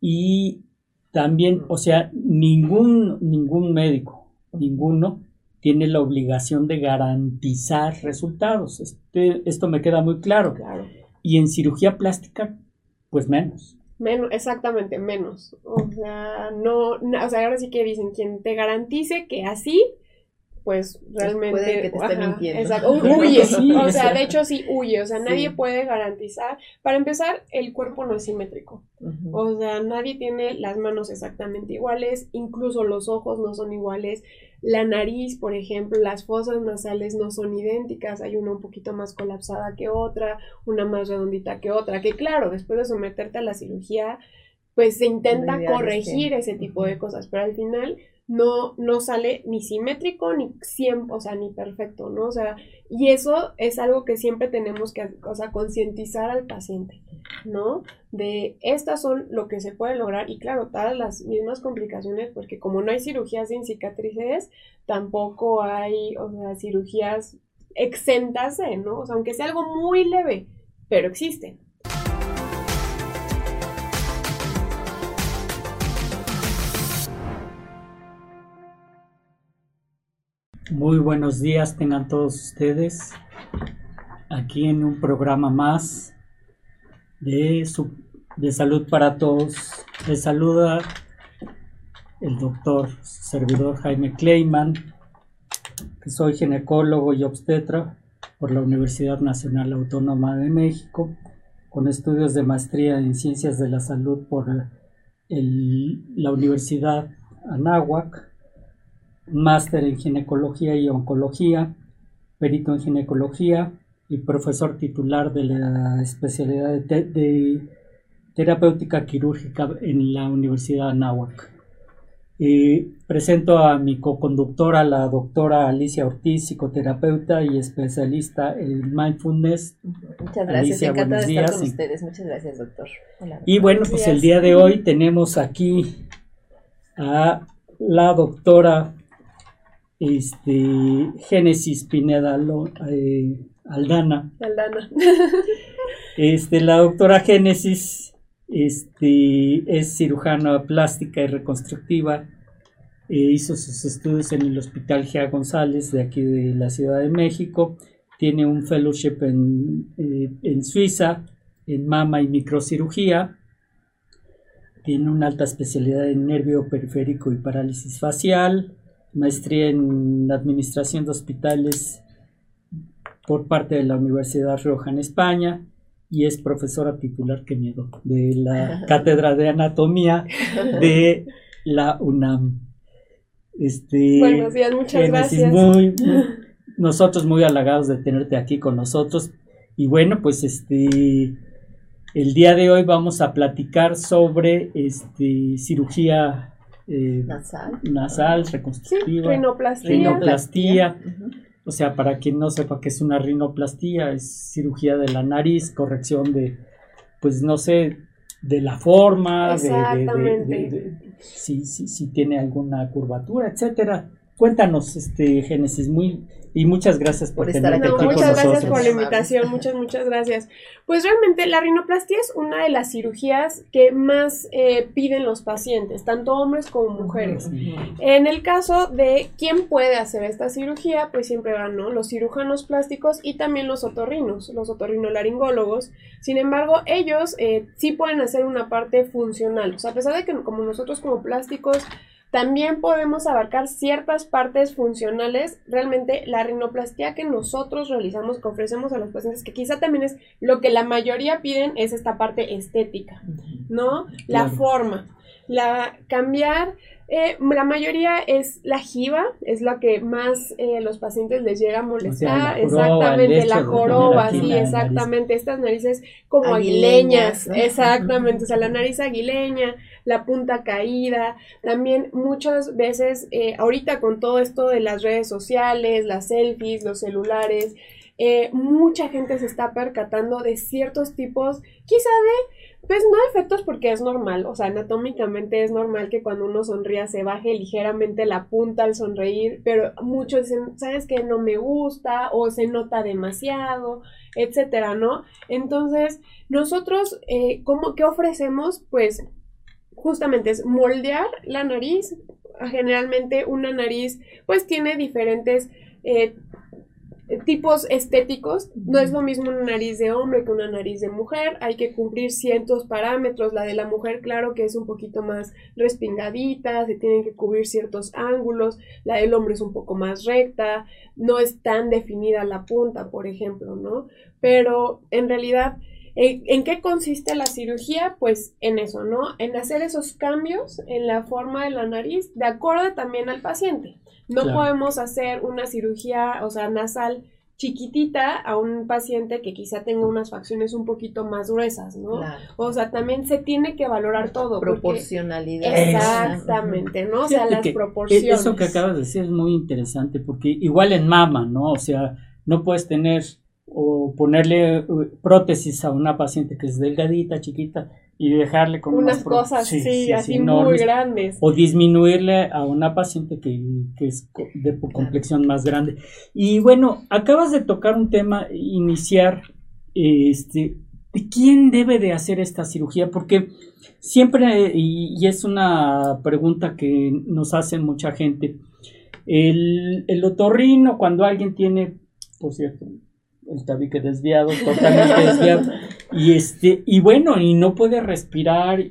Y también, o sea, ningún médico, ninguno, tiene la obligación de garantizar resultados. Esto me queda muy claro. Claro. Y en cirugía plástica, pues menos. Exactamente, menos. O sea, o sea, ahora sí que dicen, quien te garantice que así, pues realmente puede que te esté mintiendo. Exacto, huye. Sí, o sea, de hecho sí huye. O sea, Sí. nadie puede garantizar. Para empezar, el cuerpo no es simétrico. O sea, nadie tiene las manos exactamente iguales, incluso los ojos no son iguales. La nariz, por ejemplo, las fosas nasales no son idénticas, hay una un poquito más colapsada que otra, una más redondita que otra, que claro, después de someterte a la cirugía, pues se intenta corregir ese tipo de cosas, pero al final no sale ni simétrico, ni siempre, o sea, ni perfecto, ¿no? O sea, y eso es algo que siempre tenemos que, o sea, concientizar al paciente, ¿no? De estas son lo que se puede lograr y claro, todas las mismas complicaciones, porque como no hay cirugías sin cicatrices, tampoco hay, o sea, cirugías exentas de, ¿no? O sea, aunque sea algo muy leve, pero existen. Muy buenos días tengan todos ustedes aquí en un programa más de salud para todos. Les saluda el doctor servidor Jaime Kleiman, que soy ginecólogo y obstetra por la Universidad Nacional Autónoma de México, con estudios de maestría en Ciencias de la Salud por la Universidad Anáhuac, máster en ginecología y oncología, perito en ginecología y profesor titular de la especialidad de terapéutica quirúrgica en la Universidad Anáhuac. Presento a mi coconductora, la doctora Alicia Ortiz, psicoterapeuta y especialista en mindfulness. Muchas gracias, Alicia, encantada de estar con días. ustedes. Muchas gracias, doctor. Hola. Y bueno, pues el día de hoy tenemos aquí a la doctora Génesis Pineda Aldana. La doctora Génesis es cirujana plástica y reconstructiva. Hizo sus estudios en el Hospital Gea González de aquí de la Ciudad de México. Tiene un fellowship en Suiza en mama y microcirugía. Tiene una alta especialidad en nervio periférico y parálisis facial. Maestría en administración de hospitales por parte de la Universidad Rioja en España y es profesora titular, qué miedo, de la Cátedra de Anatomía de la UNAM. Buenos días, muchas gracias. Nosotros muy halagados de tenerte aquí con nosotros y bueno, pues el día de hoy vamos a platicar sobre cirugía nasal, reconstructiva, sí, rinoplastía. O sea, para quien no sepa qué es una rinoplastía, es cirugía de la nariz, corrección de, pues no sé, de la forma, si tiene alguna curvatura, etcétera. Cuéntanos, Génesis, y muchas gracias por estar aquí con muchas nosotros. Gracias por la invitación, muchas gracias. Pues realmente la rinoplastia es una de las cirugías que más piden los pacientes, tanto hombres como mujeres. En el caso de quién puede hacer esta cirugía, pues siempre van, ¿no?, los cirujanos plásticos y también los otorrinolaringólogos. Sin embargo, ellos sí pueden hacer una parte funcional. O sea, a pesar de que como nosotros como plásticos también podemos abarcar ciertas partes funcionales. Realmente la rinoplastia que nosotros realizamos, que ofrecemos a los pacientes, que quizá también es lo que la mayoría piden, es esta parte estética, ¿no? La forma, cambiar, la mayoría es la jiba, es la que más los pacientes les llega a molestar, o sea, exactamente, la joroba, sí, exactamente, estas narices como aguileñas, ¿no? Exactamente, o sea, la nariz aguileña, la punta caída, también muchas veces, ahorita con todo esto de las redes sociales, las selfies, los celulares, mucha gente se está percatando de ciertos tipos, quizá pues no efectos, porque es normal, o sea, anatómicamente es normal que cuando uno sonría se baje ligeramente la punta al sonreír, pero muchos dicen, ¿sabes qué? No me gusta, o se nota demasiado, etcétera, ¿no? Entonces, nosotros, ¿qué ofrecemos? Pues justamente es moldear la nariz. Generalmente una nariz pues tiene diferentes tipos estéticos. No es lo mismo una nariz de hombre que una nariz de mujer, hay que cumplir ciertos parámetros. La de la mujer, claro que es un poquito más respingadita, se tienen que cubrir ciertos ángulos. La del hombre es un poco más recta, no es tan definida la punta, por ejemplo, ¿no? Pero en realidad, ¿en qué consiste la cirugía? Pues en eso, ¿no? En hacer esos cambios en la forma de la nariz de acuerdo también al paciente. No podemos hacer una cirugía, o sea, nasal chiquitita a un paciente que quizá tenga unas facciones un poquito más gruesas, ¿no? Claro. O sea, también se tiene que valorar todo. Proporcionalidad. Exactamente, ¿no? O sea, las proporciones. Eso que acabas de decir es muy interesante, porque igual en mama, ¿no? O sea, no puedes tener o ponerle prótesis a una paciente que es delgadita, chiquita, y dejarle con unas cosas, sí, así muy grandes. O disminuirle a una paciente que es de complexión más grande. Y bueno, acabas de tocar un tema, iniciar, ¿de quién debe de hacer esta cirugía? Porque siempre, y es una pregunta que nos hace mucha gente, el otorrino, cuando alguien tiene, por cierto, el tabique desviado, totalmente desviado, y bueno, y no puede respirar,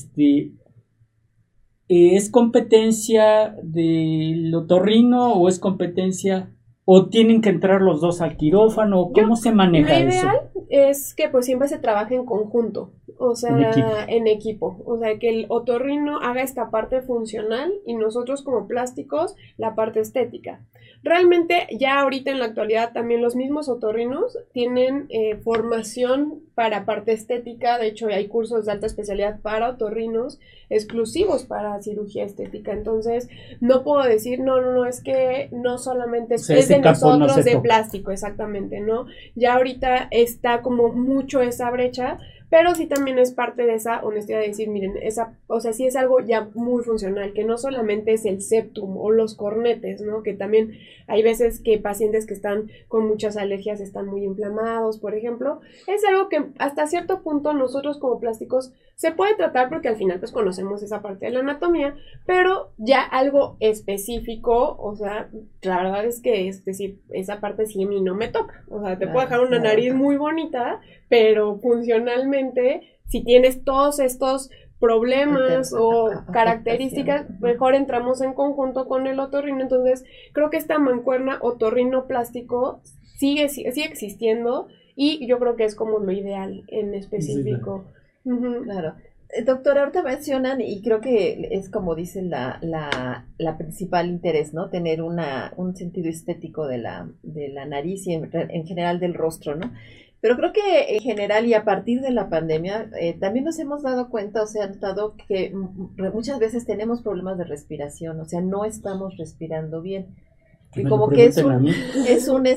¿es competencia del otorrino o es competencia, o tienen que entrar los dos al quirófano? ¿Cómo se maneja eso? Lo ideal es que pues siempre se trabaje en conjunto, o sea, en equipo, o sea, que el otorrino haga esta parte funcional y nosotros como plásticos la parte estética. Realmente ya ahorita en la actualidad también los mismos otorrinos tienen formación para parte estética. De hecho hay cursos de alta especialidad para otorrinos exclusivos para cirugía estética. Entonces no puedo decir no, es que no solamente es de nosotros de plástico, exactamente, ¿no? Ya ahorita está como mucho esa brecha, pero sí también es parte de esa honestidad de decir, miren, o sea, sí es algo ya muy funcional, que no solamente es el septum o los cornetes, ¿no? Que también hay veces que pacientes que están con muchas alergias están muy inflamados, por ejemplo. Es algo que hasta cierto punto nosotros como plásticos se puede tratar porque al final pues conocemos esa parte de la anatomía, pero ya algo específico, o sea, la verdad es que, es decir, esa parte sí a mí no me toca. O sea, te puedo dejar una nariz muy bonita, pero funcionalmente, si tienes todos estos problemas o características, mejor entramos en conjunto con el otorrino. Entonces, creo que esta mancuerna otorrino-plástico sigue existiendo y yo creo que es como lo ideal en específico. Sí, claro. Doctora, ahorita mencionan, y creo que es como dice la principal interés, ¿no? Tener un sentido estético de la nariz y en general del rostro, ¿no? Pero creo que en general y a partir de la pandemia también nos hemos dado cuenta, o sea, notado que muchas veces tenemos problemas de respiración, o sea, no estamos respirando bien. Y como que es un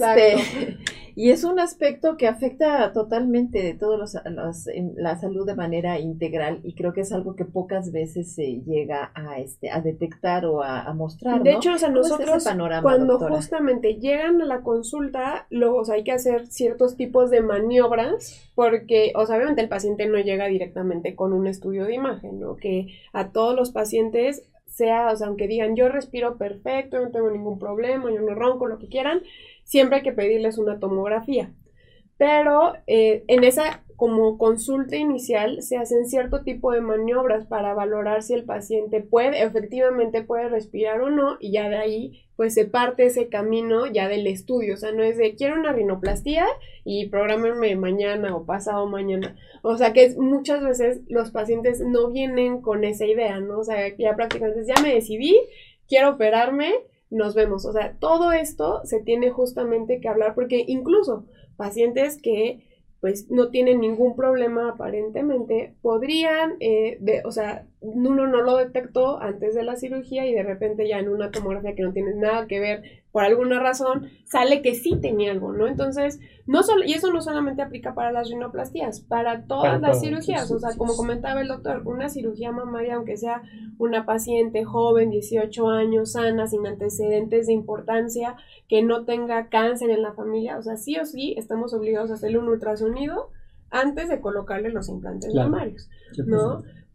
y es un aspecto que afecta totalmente de todos la salud de manera integral, y creo que es algo que pocas veces se llega a detectar o a mostrar, ¿no? De hecho, o sea, nosotros cuando doctora? Justamente llegan a la consulta, luego, o sea, hay que hacer ciertos tipos de maniobras porque, o sea, obviamente el paciente no llega directamente con un estudio de imagen, ¿no? Que a todos los pacientes sea, o sea, aunque digan yo respiro perfecto, no tengo ningún problema, yo no ronco, lo que quieran, siempre hay que pedirles una tomografía. Pero en esa como consulta inicial se hacen cierto tipo de maniobras para valorar si el paciente efectivamente puede respirar o no, y ya de ahí pues se parte ese camino ya del estudio. O sea, no es de quiero una rinoplastía y prográmenme mañana o pasado mañana. O sea, que muchas veces los pacientes no vienen con esa idea, ¿no? O sea, ya prácticamente ya me decidí, quiero operarme, nos vemos. O sea, todo esto se tiene justamente que hablar porque incluso pacientes que pues no tienen ningún problema aparentemente, podrían, o sea, uno no lo detectó antes de la cirugía y de repente ya en una tomografía que no tiene nada que ver, por alguna razón, sale que sí tenía algo, ¿no? Entonces, y eso no solamente aplica para las rinoplastías, para todas las cirugías, o sea, como comentaba el doctor, una cirugía mamaria, aunque sea una paciente joven, 18 años, sana, sin antecedentes de importancia, que no tenga cáncer en la familia, o sea, sí o sí estamos obligados a hacerle un ultrasonido antes de colocarle los implantes mamarios, ¿no?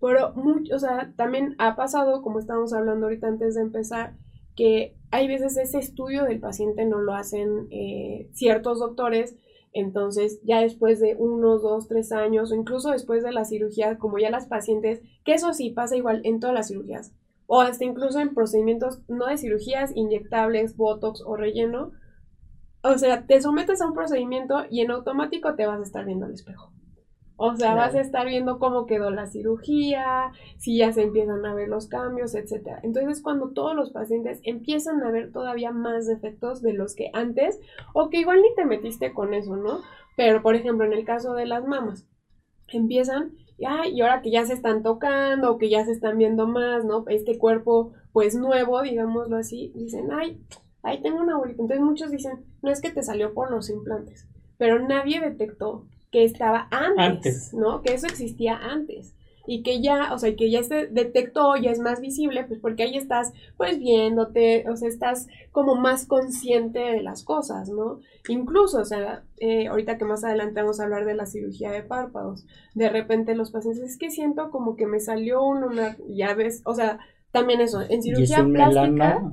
Pero, o sea, también ha pasado, como estábamos hablando ahorita antes de empezar, que hay veces ese estudio del paciente no lo hacen ciertos doctores, entonces ya después de 1, 2, 3 años o incluso después de la cirugía, como ya las pacientes, que eso sí pasa igual en todas las cirugías, o hasta incluso en procedimientos no de cirugías, inyectables, botox o relleno, o sea, te sometes a un procedimiento y en automático te vas a estar viendo al espejo. O sea, vas a estar viendo cómo quedó la cirugía, si ya se empiezan a ver los cambios, etcétera. Entonces, cuando todos los pacientes empiezan a ver todavía más defectos de los que antes, o que igual ni te metiste con eso, ¿no? Pero, por ejemplo, en el caso de las mamas, empiezan, y ahora que ya se están tocando, o que ya se están viendo más, ¿no? Este cuerpo, pues, nuevo, digámoslo así, dicen, ahí tengo una bolita. Entonces, muchos dicen, no es que te salió por los implantes, pero nadie detectó que estaba antes, ¿no? Que eso existía antes. Y que ya, o sea, que ya se detectó, ya es más visible, pues porque ahí estás, pues viéndote, o sea, estás como más consciente de las cosas, ¿no? Incluso, o sea, ahorita que más adelante vamos a hablar de la cirugía de párpados, de repente los pacientes, es que siento como que me salió un lunar, ya ves, o sea, también eso, en cirugía plástica,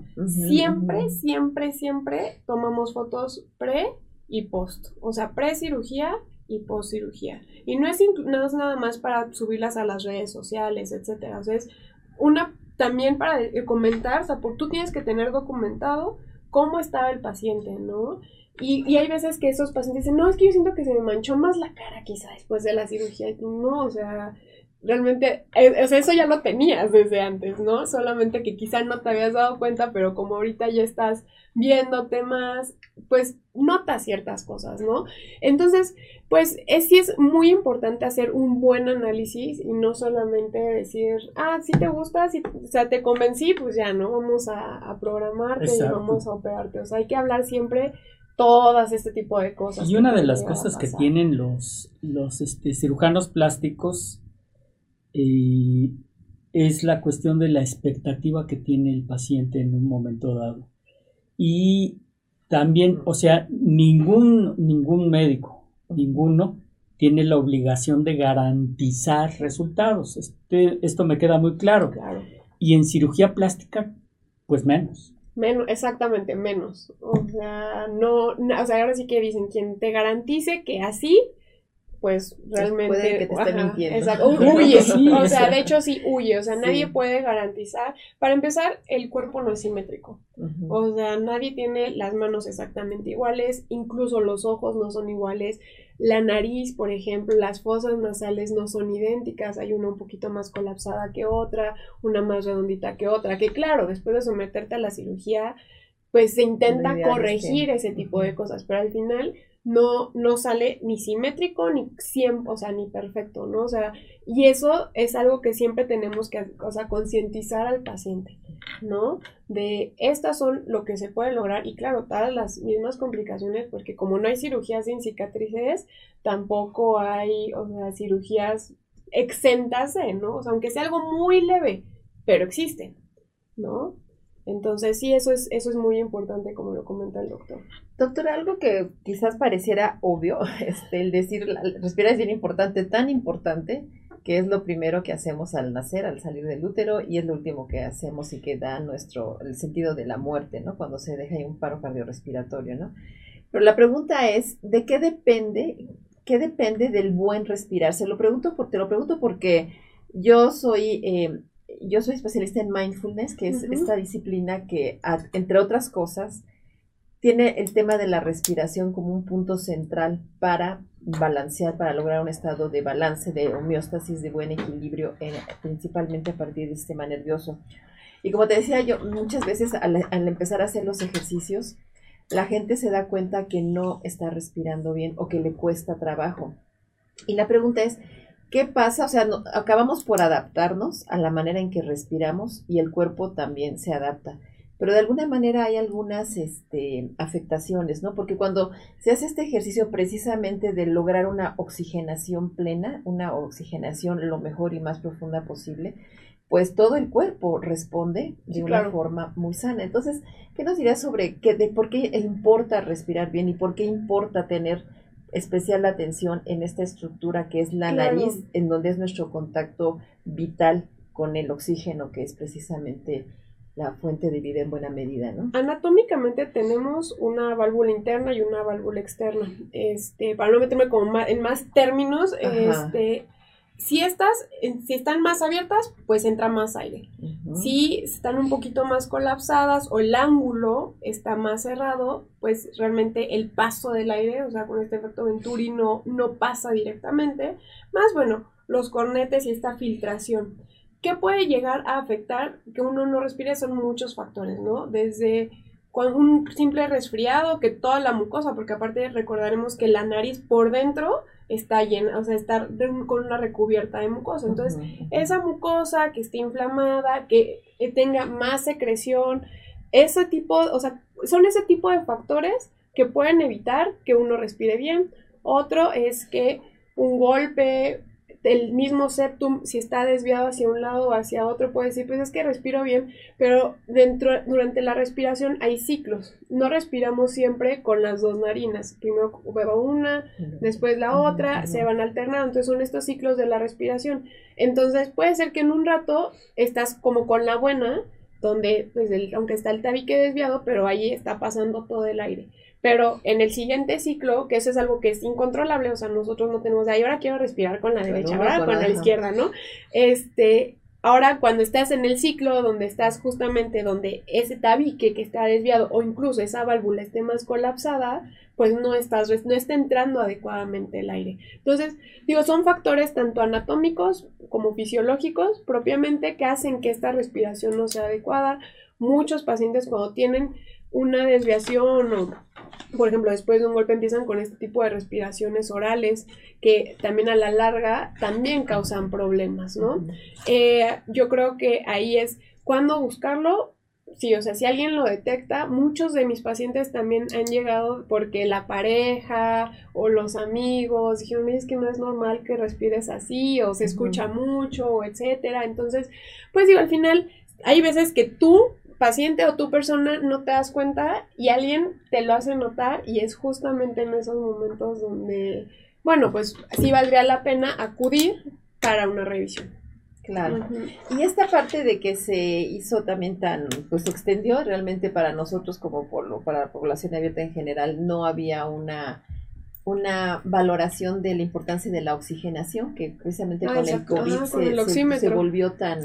siempre tomamos fotos pre y post, o sea, pre-cirugía y post-cirugía. Y no es nada más para subirlas a las redes sociales, etcétera. O sea, es una también para comentar, o sea, tú tienes que tener documentado cómo estaba el paciente, ¿no? Y hay veces que esos pacientes dicen, no, es que yo siento que se me manchó más la cara quizá después de la cirugía. Y no, o sea, realmente, o sea, eso ya lo tenías desde antes, ¿no? Solamente que quizá no te habías dado cuenta, pero como ahorita ya estás viéndote más, pues notas ciertas cosas, ¿no? Entonces, pues sí es muy importante hacer un buen análisis y no solamente decir, si te gusta, o sea, te convencí, pues ya, ¿no? Vamos a programarte. Exacto. Y vamos a operarte. O sea, hay que hablar siempre todas este tipo de cosas. Y una de las cosas que tienen los cirujanos plásticos es la cuestión de la expectativa que tiene el paciente en un momento dado. Y también, o sea, ningún médico, ninguno tiene la obligación de garantizar resultados. Esto me queda muy claro. Y en cirugía plástica, pues menos. Exactamente, menos. O sea, o sea, ahora sí que dicen, quien te garantice que así, pues realmente puede que te esté mintiendo. Exacto, huye, sí, o sea, de hecho sí huye, o sea, nadie puede garantizar. Para empezar, el cuerpo no es simétrico. O sea, nadie tiene las manos exactamente iguales, incluso los ojos no son iguales, la nariz, por ejemplo, las fosas nasales no son idénticas, hay una un poquito más colapsada que otra, una más redondita que otra, que claro, después de someterte a la cirugía, pues se intenta corregir ese tipo de cosas, pero al final no sale ni simétrico ni siempre, o sea, ni perfecto, ¿no? O sea, y eso es algo que siempre tenemos que, o sea, concientizar al paciente, ¿no? De estas son lo que se puede lograr y claro, todas las mismas complicaciones, porque como no hay cirugías sin cicatrices, tampoco hay, o sea, cirugías exentas de, ¿no? O sea, aunque sea algo muy leve, pero existen, ¿no? Entonces sí, eso es muy importante, como lo comenta el doctor. Doctora, algo que quizás pareciera obvio, el decir, respirar es bien importante, tan importante, que es lo primero que hacemos al nacer, al salir del útero, y es lo último que hacemos y que da el sentido de la muerte, ¿no? Cuando se deja ahí un paro cardiorrespiratorio, ¿no? Pero la pregunta es, ¿de qué depende del buen respirar? Te lo pregunto porque yo soy especialista en mindfulness, que es esta disciplina que, entre otras cosas, tiene el tema de la respiración como un punto central para balancear, para lograr un estado de balance, de homeostasis, de buen equilibrio, principalmente a partir del sistema nervioso. Y como te decía yo, muchas veces al empezar a hacer los ejercicios, la gente se da cuenta que no está respirando bien o que le cuesta trabajo. Y la pregunta es, ¿qué pasa? O sea, acabamos por adaptarnos a la manera en que respiramos y el cuerpo también se adapta. Pero de alguna manera hay algunas afectaciones, ¿no? Porque cuando se hace este ejercicio precisamente de lograr una oxigenación plena, una oxigenación lo mejor y más profunda posible, pues todo el cuerpo responde de una forma muy sana. Entonces, ¿qué nos dirás sobre por qué importa respirar bien y por qué importa tener especial atención en esta estructura que es la Claro. nariz, en donde es nuestro contacto vital con el oxígeno, que es precisamente la fuente de vida en buena medida, ¿no? Anatómicamente tenemos una válvula interna y una válvula externa. Para no meterme como en más términos, Ajá. si están más abiertas, pues entra más aire. Ujú. Si están un poquito más colapsadas o el ángulo está más cerrado, pues realmente el paso del aire, o sea, con este efecto Venturi no pasa directamente. Más bueno, los cornetes y esta filtración. ¿Qué puede llegar a afectar que uno no respire? Son muchos factores, ¿no? Desde un simple resfriado, que toda la mucosa, porque aparte recordaremos que la nariz por dentro está llena, o sea, está con una recubierta de mucosa. Entonces, esa mucosa que esté inflamada, que tenga más secreción, ese tipo, o sea, son ese tipo de factores que pueden evitar que uno respire bien. Otro es que un golpe, el mismo septum, si está desviado hacia un lado o hacia otro, puede decir, pues es que respiro bien, pero durante la respiración hay ciclos. No respiramos siempre con las dos narinas. Primero beba una, después la otra, se van alternando. Entonces son estos ciclos de la respiración. Entonces puede ser que en un rato estás como con la buena, donde pues aunque está el tabique desviado, pero ahí está pasando todo el aire. Pero en el siguiente ciclo, que eso es algo que es incontrolable, o sea, nosotros no tenemos, ay, ahora quiero respirar con la derecha, ahora con la izquierda, ¿no? Ahora cuando estás en el ciclo donde estás justamente donde ese tabique que está desviado o incluso esa válvula esté más colapsada, pues no está entrando adecuadamente el aire. Entonces, digo, son factores tanto anatómicos como fisiológicos propiamente que hacen que esta respiración no sea adecuada. Muchos pacientes cuando tienen una desviación o, por ejemplo, después de un golpe empiezan con este tipo de respiraciones orales que también a la larga también causan problemas, ¿no? Yo creo que ahí es cuando buscarlo. Sí, o sea, si alguien lo detecta, muchos de mis pacientes también han llegado porque la pareja o los amigos dijeron, es que no es normal que respires así o se escucha mucho, o etcétera. Entonces, pues digo, al final hay veces que tú, paciente o tu persona, no te das cuenta y alguien te lo hace notar y es justamente en esos momentos donde, bueno, pues sí valdría la pena acudir para una revisión. Claro. Y esta parte de que se hizo también pues se extendió realmente para nosotros como para la población abierta en general, no había una valoración de la importancia de la oxigenación, que precisamente con el COVID se volvió tan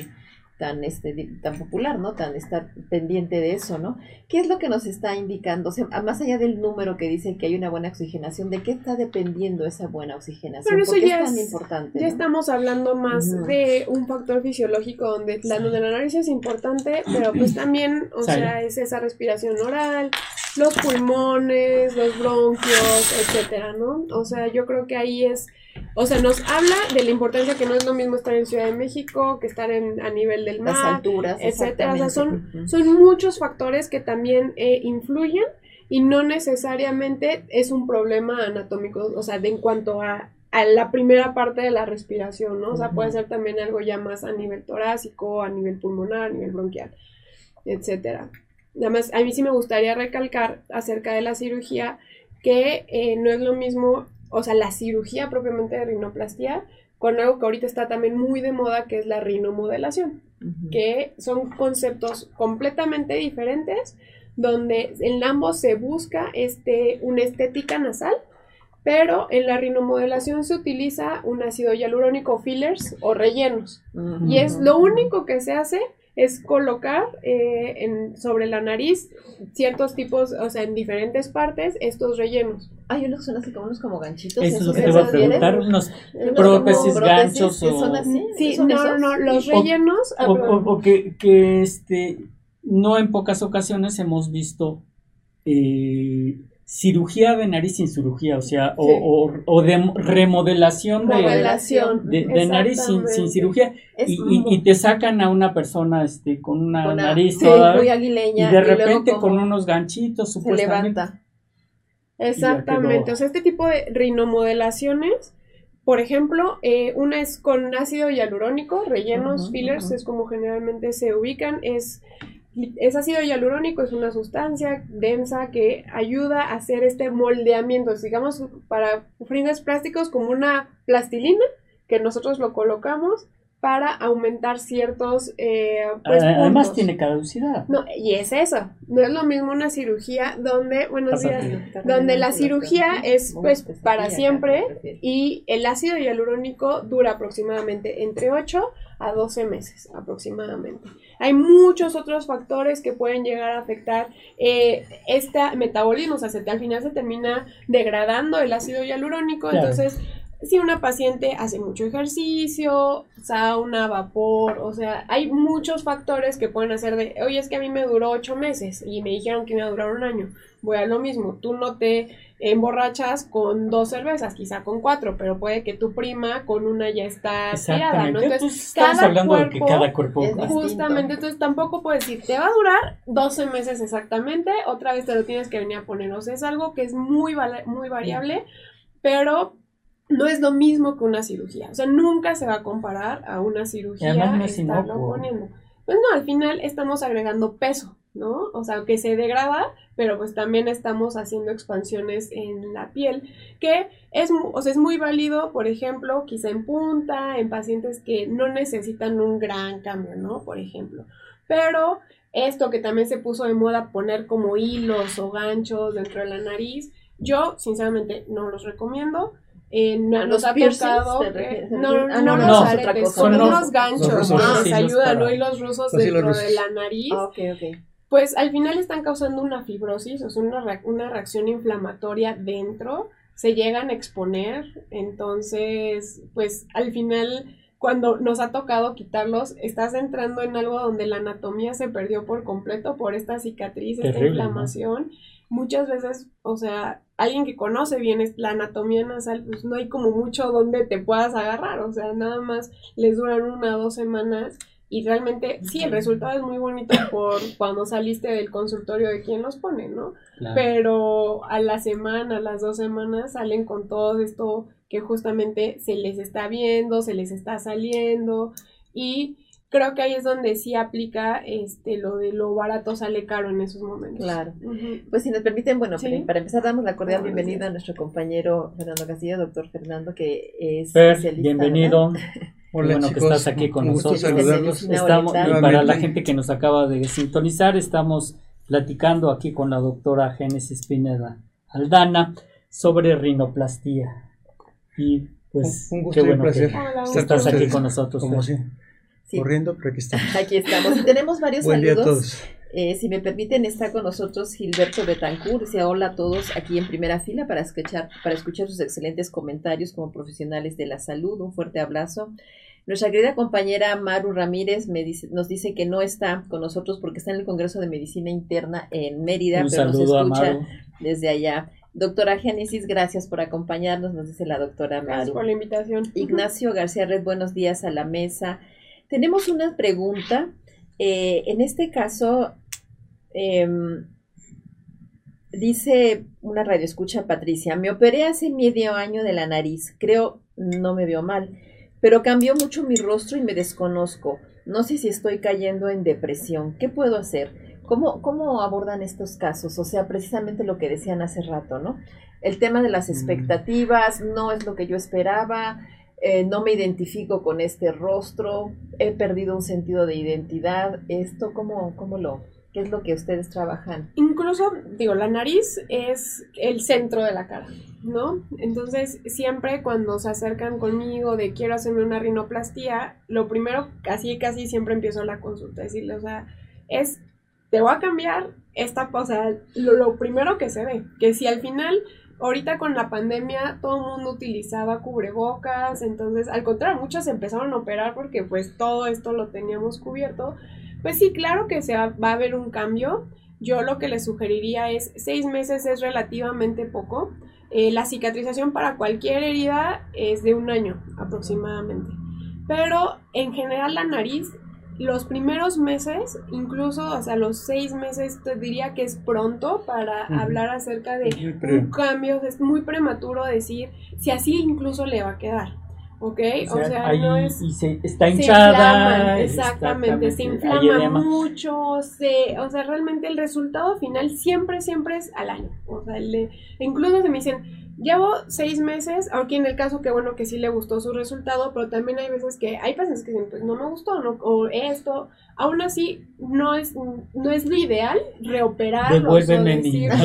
popular, ¿no? Tan estar pendiente de eso, ¿no? ¿Qué es lo que nos está indicando? O sea, más allá del número que dice que hay una buena oxigenación, ¿de qué está dependiendo esa buena oxigenación? Pero eso ¿Por qué ya es tan importante? Ya ¿no? estamos hablando más de un factor fisiológico donde la nariz es importante, pero pues también, o sea, es esa respiración oral, los pulmones, los bronquios, etcétera, ¿no? O sea, yo creo que ahí es, o sea, nos habla de la importancia que no es lo mismo estar en Ciudad de México que estar a nivel del mar, las alturas, etcétera. O sea, son muchos factores que también influyen y no necesariamente es un problema anatómico, o sea, en cuanto a la primera parte de la respiración, ¿no? O sea, puede ser también algo ya más a nivel torácico, a nivel pulmonar, a nivel bronquial, etcétera. Nada más, a mí sí me gustaría recalcar acerca de la cirugía que no es lo mismo, o sea, la cirugía propiamente de rinoplastia con algo que ahorita está también muy de moda, que es la rinomodelación, que son conceptos completamente diferentes, donde en ambos se busca una estética nasal, pero en la rinomodelación se utiliza un ácido hialurónico, fillers o rellenos, y es lo único que se hace es colocar sobre la nariz ciertos tipos, o sea, en diferentes partes, estos rellenos. Hay unos que son así como unos como ganchitos. Eso es lo que te voy a preguntar, unos prótesis, ganchos o... ¿Son así? Sí, no, los rellenos... O que no en pocas ocasiones hemos visto cirugía de nariz sin cirugía, o sea, sí. o de remodelación de nariz sin cirugía, y te sacan a una persona con una nariz toda, muy aguileña, y de repente con unos ganchitos supuestamente. Se levanta. Exactamente, o sea, este tipo de rinomodelaciones, por ejemplo, una es con ácido hialurónico, rellenos, fillers, es como generalmente se ubican, es ácido hialurónico, es una sustancia densa que ayuda a hacer este moldeamiento, digamos, para fines plásticos como una plastilina que nosotros lo colocamos para aumentar ciertos Además puntos. tiene caducidad. No, y es eso, no es lo mismo una cirugía donde, buenos días, donde la cirugía es pues para siempre y el ácido hialurónico dura aproximadamente entre 8 a 12 meses aproximadamente. Hay muchos otros factores que pueden llegar a afectar este metabolismo, o sea, al final se termina degradando el ácido hialurónico, claro. Entonces si una paciente hace mucho ejercicio, sauna, vapor, o sea, hay muchos factores que pueden hacer de, oye, es que a mí me duró 8 meses y me dijeron que me iba a durar un año. Voy a lo mismo, tú no te emborrachas con 2 cervezas, quizá con 4, pero puede que tu prima con una ya está tirada, ¿no? Entonces, estamos hablando de que cada cuerpo es justamente, entonces tampoco puedes decir, te va a durar 12 meses exactamente, otra vez te lo tienes que venir a poner, o sea, es algo que es muy variable, pero no es lo mismo que una cirugía, o sea, nunca se va a comparar a una cirugía no estarlo poniendo. Pues no, al final estamos agregando peso, ¿no? O sea, que se degrada, pero pues también estamos haciendo expansiones en la piel, que es muy válido, por ejemplo, quizá en punta, en pacientes que no necesitan un gran cambio, ¿no? Por ejemplo, pero esto que también se puso de moda, poner como hilos o ganchos dentro de la nariz, yo sinceramente no los recomiendo. Nos ha tocado no los aretes, son unos ganchos que les ayudan, ¿no? Y los rusos dentro de la nariz, pues al final están causando una fibrosis, o sea, una reacción inflamatoria dentro, se llegan a exponer, entonces pues al final cuando nos ha tocado quitarlos, estás entrando en algo donde la anatomía se perdió por completo por esta cicatriz, esta inflamación, ¿no? Muchas veces, o sea, alguien que conoce bien la anatomía nasal, pues no hay como mucho donde te puedas agarrar, o sea, nada más les duran 1 o 2 semanas y realmente, sí, el resultado es muy bonito por cuando saliste del consultorio de quien los pone, ¿no? Claro. Pero a la semana, a las 2 semanas salen con todo esto que justamente se les está viendo, se les está saliendo y creo que ahí es donde sí aplica lo de lo barato sale caro en esos momentos. Claro. Pues si nos permiten, bueno, ¿sí? Para empezar damos la cordial bienvenida a nuestro compañero Fernando Castillo, doctor Fernando, que es especialista. Bienvenido. Hola, bueno, chicos, que estás aquí con nosotros. Estamos, y para la gente que nos acaba de sintonizar, estamos platicando aquí con la doctora Génesis Pineda Aldana sobre rinoplastía. Y pues un gusto qué bueno y un placer que estás aquí con nosotros. Como sí. Corriendo, pero aquí estamos. Aquí estamos. Tenemos varios Buen saludos. Día a todos. Si me permiten, está con nosotros Gilberto Betancourt. Dice hola a todos aquí en primera fila para escuchar sus excelentes comentarios como profesionales de la salud. Un fuerte abrazo. Nuestra querida compañera Maru Ramírez nos dice que no está con nosotros porque está en el Congreso de Medicina Interna en Mérida, pero nos escucha desde allá. Doctora Génesis, gracias por acompañarnos, nos dice la doctora Maru. Gracias por la invitación. Ignacio García Red, buenos días a la mesa. Tenemos una pregunta, en este caso, dice una radioescucha Patricia, me operé hace medio año de la nariz, creo no me veo mal, pero cambió mucho mi rostro y me desconozco, no sé si estoy cayendo en depresión, ¿qué puedo hacer? ¿Cómo abordan estos casos? O sea, precisamente lo que decían hace rato, ¿no? El tema de las expectativas, no es lo que yo esperaba, no me identifico con este rostro, he perdido un sentido de identidad. ¿Esto qué es lo que ustedes trabajan? Incluso, la nariz es el centro de la cara, ¿no? Entonces, siempre cuando se acercan conmigo de quiero hacerme una rinoplastía, lo primero, casi siempre empiezo la consulta, decirle, o sea, te voy a cambiar esta cosa, lo primero que se ve, que si al final... Ahorita con la pandemia todo el mundo utilizaba cubrebocas, entonces al contrario, muchos empezaron a operar porque pues todo esto lo teníamos cubierto. Pues sí, claro que va a haber un cambio. Yo lo que les sugeriría es 6 meses es relativamente poco. La cicatrización para cualquier herida es de 1 año aproximadamente. Pero en general la nariz, los primeros meses, incluso hasta los 6 meses, te diría que es pronto para hablar acerca de un cambio. Es muy prematuro decir si así incluso le va a quedar. ¿ok? O sea ahí, no es... Y está hinchada. Exactamente, se inflama mucho, o sea, realmente el resultado final siempre es al año. O sea, incluso se me dicen, llevo 6 meses, aquí en el caso que bueno que sí le gustó su resultado, pero también hay veces que hay pacientes que dicen, pues no me gustó, no, o esto, aún así no es lo ideal reoperar. Devuélveme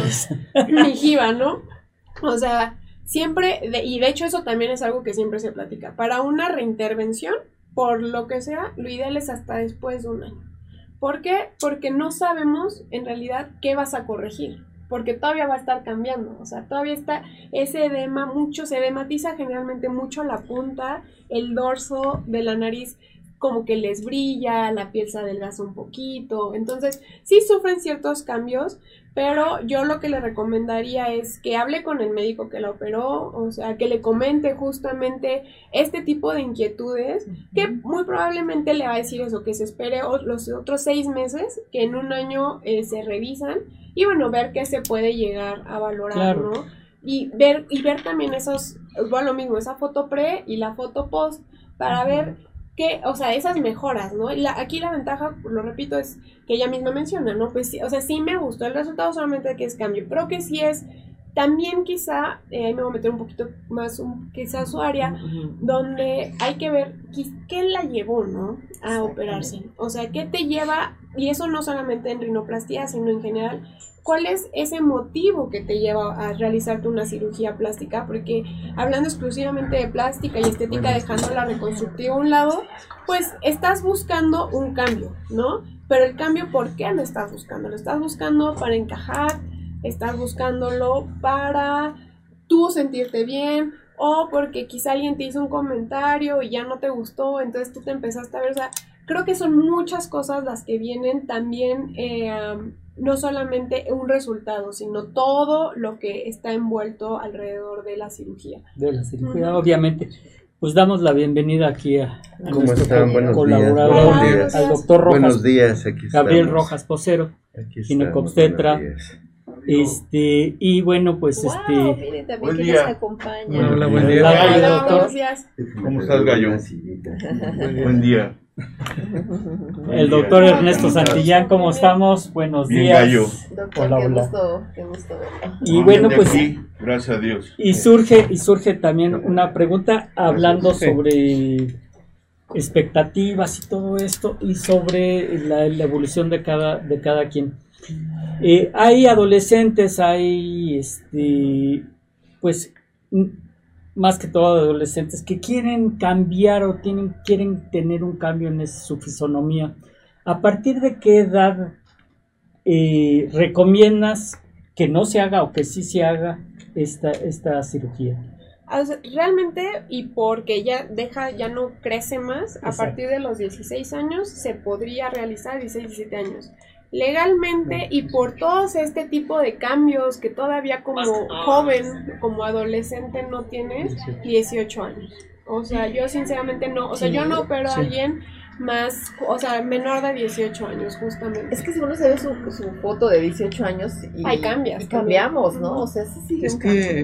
mi jiba, ¿no? O sea, siempre, y de hecho eso también es algo que siempre se platica, para una reintervención, por lo que sea, lo ideal es hasta después de un año. ¿Por qué? Porque no sabemos en realidad qué vas a corregir, porque todavía va a estar cambiando, o sea, todavía está ese edema, se edematiza generalmente mucho la punta, el dorso de la nariz como que les brilla, la piel se adelgaza un poquito, entonces sí sufren ciertos cambios, pero yo lo que le recomendaría es que hable con el médico que la operó, o sea, que le comente justamente este tipo de inquietudes, que muy probablemente le va a decir eso, que se espere los otros 6 meses, que en un año se revisan, y bueno, ver qué se puede llegar a valorar, claro, ¿no? Y ver también lo mismo, esa foto pre y la foto post, para ver o sea, esas mejoras, ¿no? Aquí la ventaja, lo repito, es que ella misma menciona, ¿no? Pues sí, o sea, sí me gustó el resultado, solamente que es cambio, pero que sí es, también quizá, me voy a meter un poquito más, quizá su área, donde hay que ver qué la llevó, ¿no? A operarse, o sea, qué te lleva, y eso no solamente en rinoplastia, sino en general, ¿cuál es ese motivo que te lleva a realizarte una cirugía plástica? Porque hablando exclusivamente de plástica y estética, dejando la reconstructiva a un lado, pues estás buscando un cambio, ¿no? Pero el cambio, ¿por qué lo estás buscando? Lo estás buscando para encajar, estás buscándolo para tú sentirte bien, o porque quizá alguien te hizo un comentario y ya no te gustó, entonces tú te empezaste a ver, o sea, creo que son muchas cosas las que vienen también, no solamente un resultado, sino todo lo que está envuelto alrededor de la cirugía. Obviamente. Pues damos la bienvenida aquí a nuestro colaborador, al doctor Rojas. Buenos días, aquí Gabriel Rojas Posero, ginecobstetra. Y bueno, pues miren, también que nos acompaña. Hola, buen día. Hola, buenos días. ¿Cómo estás, Gallo? Buen día. El doctor Ernesto Santillán, ¿cómo estamos? Buenos bien, días. Gallo. Doctor, hola. Qué gusto. Y bueno, pues aquí, gracias a Dios. Y surge también una pregunta hablando sobre expectativas y todo esto, y sobre la evolución de cada quien. Hay adolescentes, pues más que todo adolescentes que quieren cambiar o quieren tener un cambio en su fisonomía. ¿A partir de qué edad recomiendas que no se haga o que sí se haga esta cirugía? O sea, realmente, y porque ya no crece más, a partir de los 16 años se podría realizar, 16, 17 años. Legalmente, y por todos este tipo de cambios que todavía como joven, como adolescente no tienes, 18 años. O sea, yo sinceramente no, o sea, yo no opero a alguien más, o sea, menor de 18 años, justamente. Es que si uno se ve su foto de 18 años y cambiamos, ¿no? O sea, sí es que...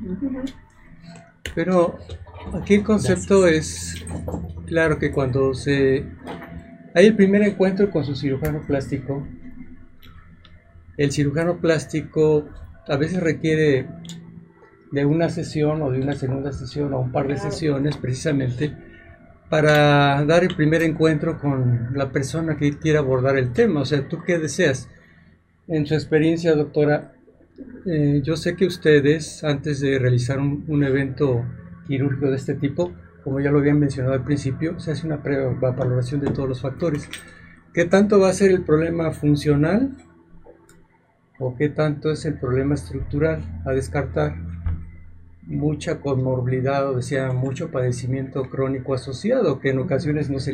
Pero aquí el concepto es, claro que cuando hay el primer encuentro con su cirujano plástico, el cirujano plástico a veces requiere de una sesión o de una segunda sesión o un par de sesiones precisamente para dar el primer encuentro con la persona que quiere abordar el tema. O sea, ¿tú qué deseas? En su experiencia, doctora, yo sé que ustedes, antes de realizar un evento quirúrgico de este tipo, como ya lo habían mencionado al principio, se hace una valoración de todos los factores. ¿Qué tanto va a ser el problema funcional o qué tanto es el problema estructural a descartar? Mucha comorbilidad, o decía, mucho padecimiento crónico asociado, que en ocasiones no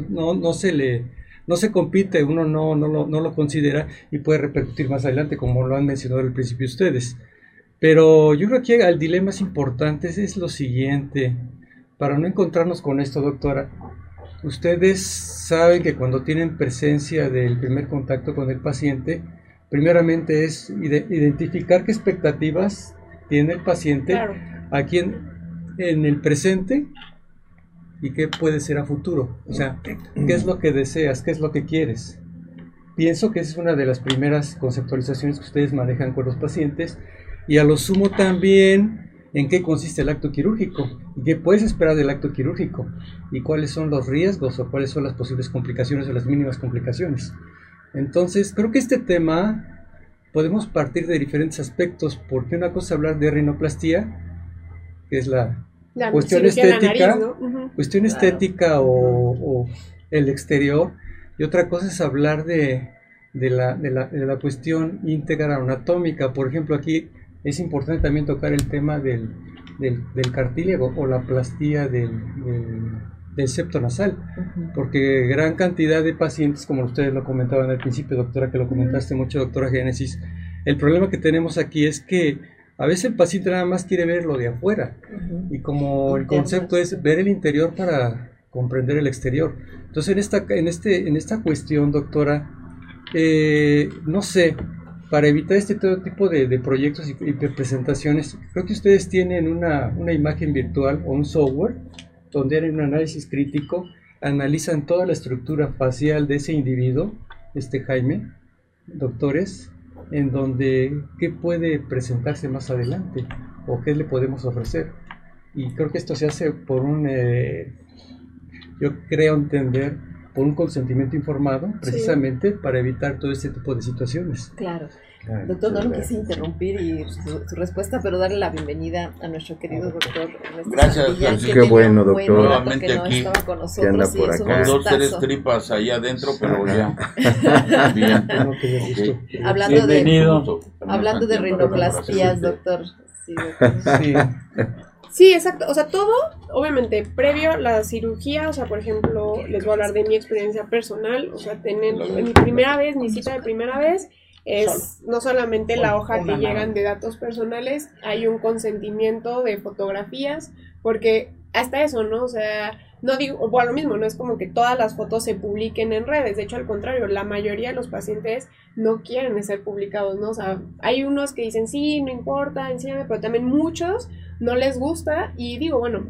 se compite, uno no lo considera y puede repercutir más adelante, como lo han mencionado al principio ustedes. Pero yo creo que el dilema más importante es lo siguiente, para no encontrarnos con esto, doctora. Ustedes saben que cuando tienen presencia del primer contacto con el paciente, primeramente es identificar qué expectativas tiene el paciente, claro, aquí en el presente y qué puede ser a futuro. O sea, qué es lo que deseas, qué es lo que quieres. Pienso que esa es una de las primeras conceptualizaciones que ustedes manejan con los pacientes, y a lo sumo también en qué consiste el acto quirúrgico y qué puedes esperar del acto quirúrgico y cuáles son los riesgos o cuáles son las posibles complicaciones o las mínimas complicaciones. Entonces, creo que este tema podemos partir de diferentes aspectos, porque una cosa es hablar de rinoplastía, que es la cuestión estética, nariz, ¿no? cuestión estética o el exterior, y otra cosa es hablar de la cuestión íntegra o anatómica. Por ejemplo, aquí es importante también tocar el tema del cartílago o la plastía del septo nasal, porque gran cantidad de pacientes, como ustedes lo comentaban al principio, doctora, que lo comentaste mucho, doctora Génesis, el problema que tenemos aquí es que a veces el paciente nada más quiere ver lo de afuera, y como el concepto es ver el interior para comprender el exterior. Entonces en esta cuestión, doctora, no sé, para evitar este todo tipo de proyectos y presentaciones, creo que ustedes tienen una imagen virtual o un software donde en un análisis crítico analizan toda la estructura facial de ese individuo, Jaime, doctores, en donde qué puede presentarse más adelante o qué le podemos ofrecer. Y creo que esto se hace por yo creo entender, por un consentimiento informado, precisamente para evitar todo este tipo de situaciones. Claro. Doctor, no lo quise interrumpir y su respuesta, pero darle la bienvenida a nuestro querido doctor Ernesto Gracias, Santilla, Francisco. que Qué bueno, tenía un doctor. buen rato Nuevamente que no aquí, estaba con que anda nosotros y por es un acá. Dos, tres gustazo. tripas ahí adentro, pero ya. Bien. No, qué gusto. Hablando de rinoplastías, doctor. Sí, doctor. Sí. Sí, exacto. O sea, todo, obviamente, previo a la cirugía, o sea, por ejemplo, les voy a hablar de mi experiencia personal. O sea, mi primera vez, mi cita de primera vez, es no solamente la hoja que llegan de datos personales, hay un consentimiento de fotografías, porque hasta eso, ¿no? O sea, no digo, bueno, lo mismo, no es como que todas las fotos se publiquen en redes, de hecho, al contrario, la mayoría de los pacientes no quieren ser publicados, ¿no? O sea, hay unos que dicen, sí, no importa, enséñame, pero también muchos no les gusta, y digo, bueno,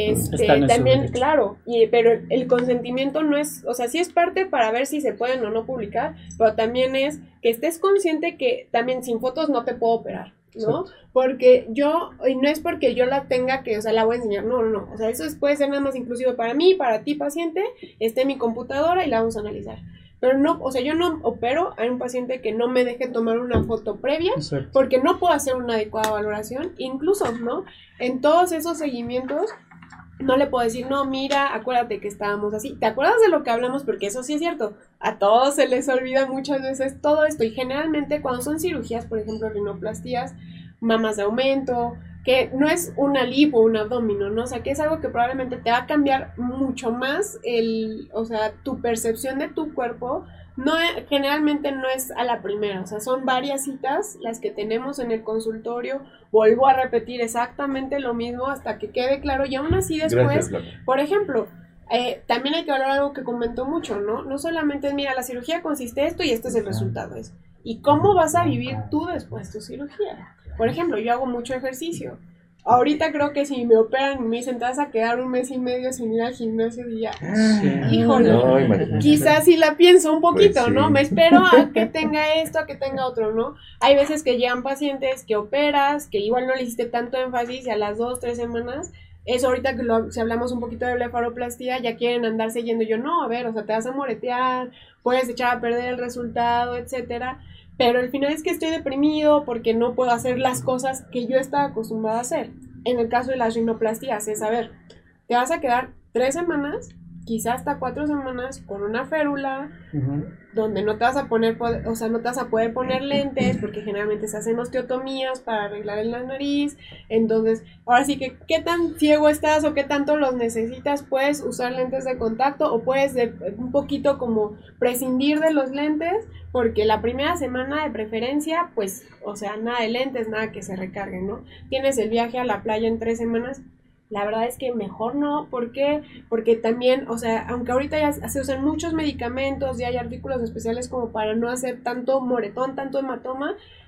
también, claro, pero el consentimiento no es, o sea, sí es parte para ver si se pueden o no publicar, pero también es que estés consciente que también sin fotos no te puedo operar, ¿no? Sí. Porque y no es porque yo la tenga que, o sea, la voy a enseñar, no, o sea, eso puede ser nada más inclusive para mí, para ti, paciente, esté en mi computadora y la vamos a analizar. Pero no, o sea, yo no opero a un paciente que no me deje tomar una foto previa, exacto, porque no puedo hacer una adecuada valoración, incluso, ¿no? En todos esos seguimientos, no le puedo decir, no, mira, acuérdate que estábamos así, ¿te acuerdas de lo que hablamos? Porque eso sí es cierto, a todos se les olvida muchas veces todo esto, y generalmente cuando son cirugías, por ejemplo, rinoplastías, mamas de aumento, que no es una lipo o un abdomen, ¿no? O sea, que es algo que probablemente te va a cambiar mucho más o sea, tu percepción de tu cuerpo, generalmente no es a la primera, o sea, son varias citas las que tenemos en el consultorio, vuelvo a repetir exactamente lo mismo hasta que quede claro, y aún así después, por ejemplo, también hay que hablar algo que comentó mucho, ¿no? No solamente es, mira, la cirugía consiste en esto y este es el resultado, ¿y cómo vas a vivir tú después tu cirugía? Por ejemplo, yo hago mucho ejercicio. Ahorita creo que si me operan y me dicen, te vas a quedar 1 mes y medio sin ir al gimnasio, y ya, híjole, no, quizás sí la pienso un poquito, pues sí, ¿no? Me espero a que tenga esto, a que tenga otro, ¿no? Hay veces que llegan pacientes que operas, que igual no le hiciste tanto énfasis, y a las 2, 3 semanas, eso ahorita que si hablamos un poquito de blefaroplastia, ya quieren andar siguiendo. Yo, no, a ver, o sea, te vas a moretear, puedes echar a perder el resultado, etcétera. Pero al final es que estoy deprimido porque no puedo hacer las cosas que yo estaba acostumbrada a hacer. En el caso de las rinoplastías es, a ver, te vas a quedar 3 semanas, quizás hasta 4 semanas con una férula, donde no te vas a poner, o sea, no te vas a poder poner lentes, porque generalmente se hacen osteotomías para arreglar en la nariz. Entonces, ahora sí que, ¿qué tan ciego estás o qué tanto los necesitas? Puedes usar lentes de contacto o puedes un poquito como prescindir de los lentes, porque la primera semana de preferencia, pues, o sea, nada de lentes, nada que se recarguen, ¿no? Tienes el viaje a la playa en 3 semanas, la verdad es que mejor no. ¿Por qué? Porque también, o sea, aunque ahorita ya se usan muchos medicamentos y hay artículos especiales como para no hacer tanto moretón, tanto hematoma,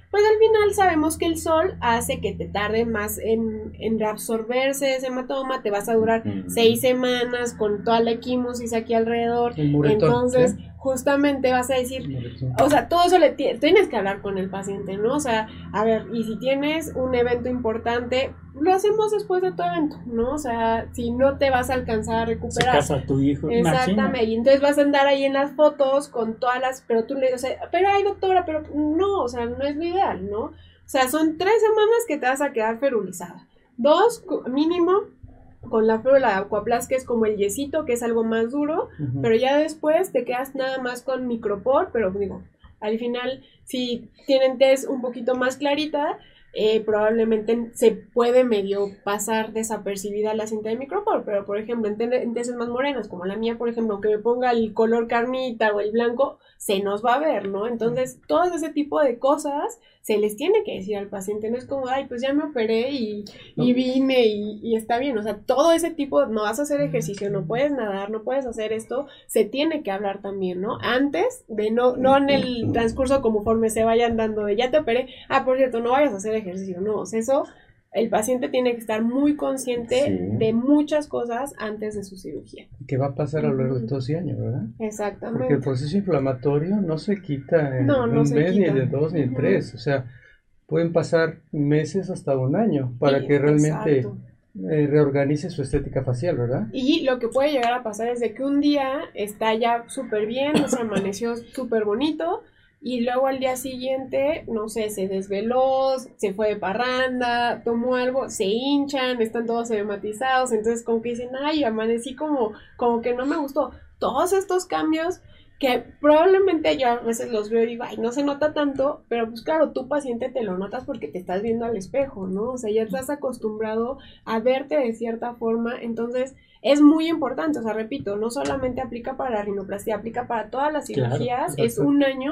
pues al final sabemos que el sol hace que te tarde más en reabsorberse ese hematoma, te vas a durar 6 semanas con toda la equimosis aquí alrededor, entonces justamente vas a decir, o sea, todo eso tienes que hablar con el paciente, ¿no? O sea, a ver, y si tienes un evento importante, lo hacemos después de tu evento, ¿no? O sea, si no te vas a alcanzar a recuperar. Se casa tu hijo. Exactamente, y entonces vas a andar ahí en las fotos con todas las, pero tú le dices, pero ay doctora, pero no, o sea, no es lo ideal, ¿no? O sea, son 3 semanas que te vas a quedar ferulizada, 2 mínimo, con la férula de Aquaplast, que es como el yesito, que es algo más duro, pero ya después te quedas nada más con micropor, pero digo, al final, si tienen tez un poquito más clarita, probablemente se puede medio pasar desapercibida la cinta de micropor, pero por ejemplo en teces más morenas como la mía, por ejemplo, aunque me ponga el color carnita o el blanco, se nos va a ver, ¿no? Entonces todo ese tipo de cosas se les tiene que decir al paciente, no es como, ay, pues ya me operé y vine y está bien, o sea, todo ese tipo, no vas a hacer ejercicio, no puedes nadar, no puedes hacer esto, se tiene que hablar también, ¿no? Antes de no en el transcurso conforme se vayan dando de ya te operé, por cierto, no vayas a hacer ejercicio, no, o sea, eso, el paciente tiene que estar muy consciente de muchas cosas antes de su cirugía. Que va a pasar a lo largo de todo ese año, ¿verdad? Exactamente. Porque el proceso inflamatorio no se quita en no un se mes, quita. ni en 2, ni en 3, o sea, pueden pasar meses hasta un año para que realmente reorganice su estética facial, ¿verdad? Y lo que puede llegar a pasar es de que un día está ya súper bien, se amaneció súper bonito, y luego al día siguiente, no sé, se desveló, se fue de parranda, tomó algo, se hinchan, están todos edematizados, entonces como que dicen, ay, amanecí como que no me gustó. Todos estos cambios que probablemente yo a veces los veo y digo, ay, no se nota tanto, pero pues claro, tú paciente te lo notas porque te estás viendo al espejo, ¿no? O sea, ya estás acostumbrado a verte de cierta forma, entonces es muy importante, o sea, repito, no solamente aplica para la rinoplastia, aplica para todas las cirugías, es un año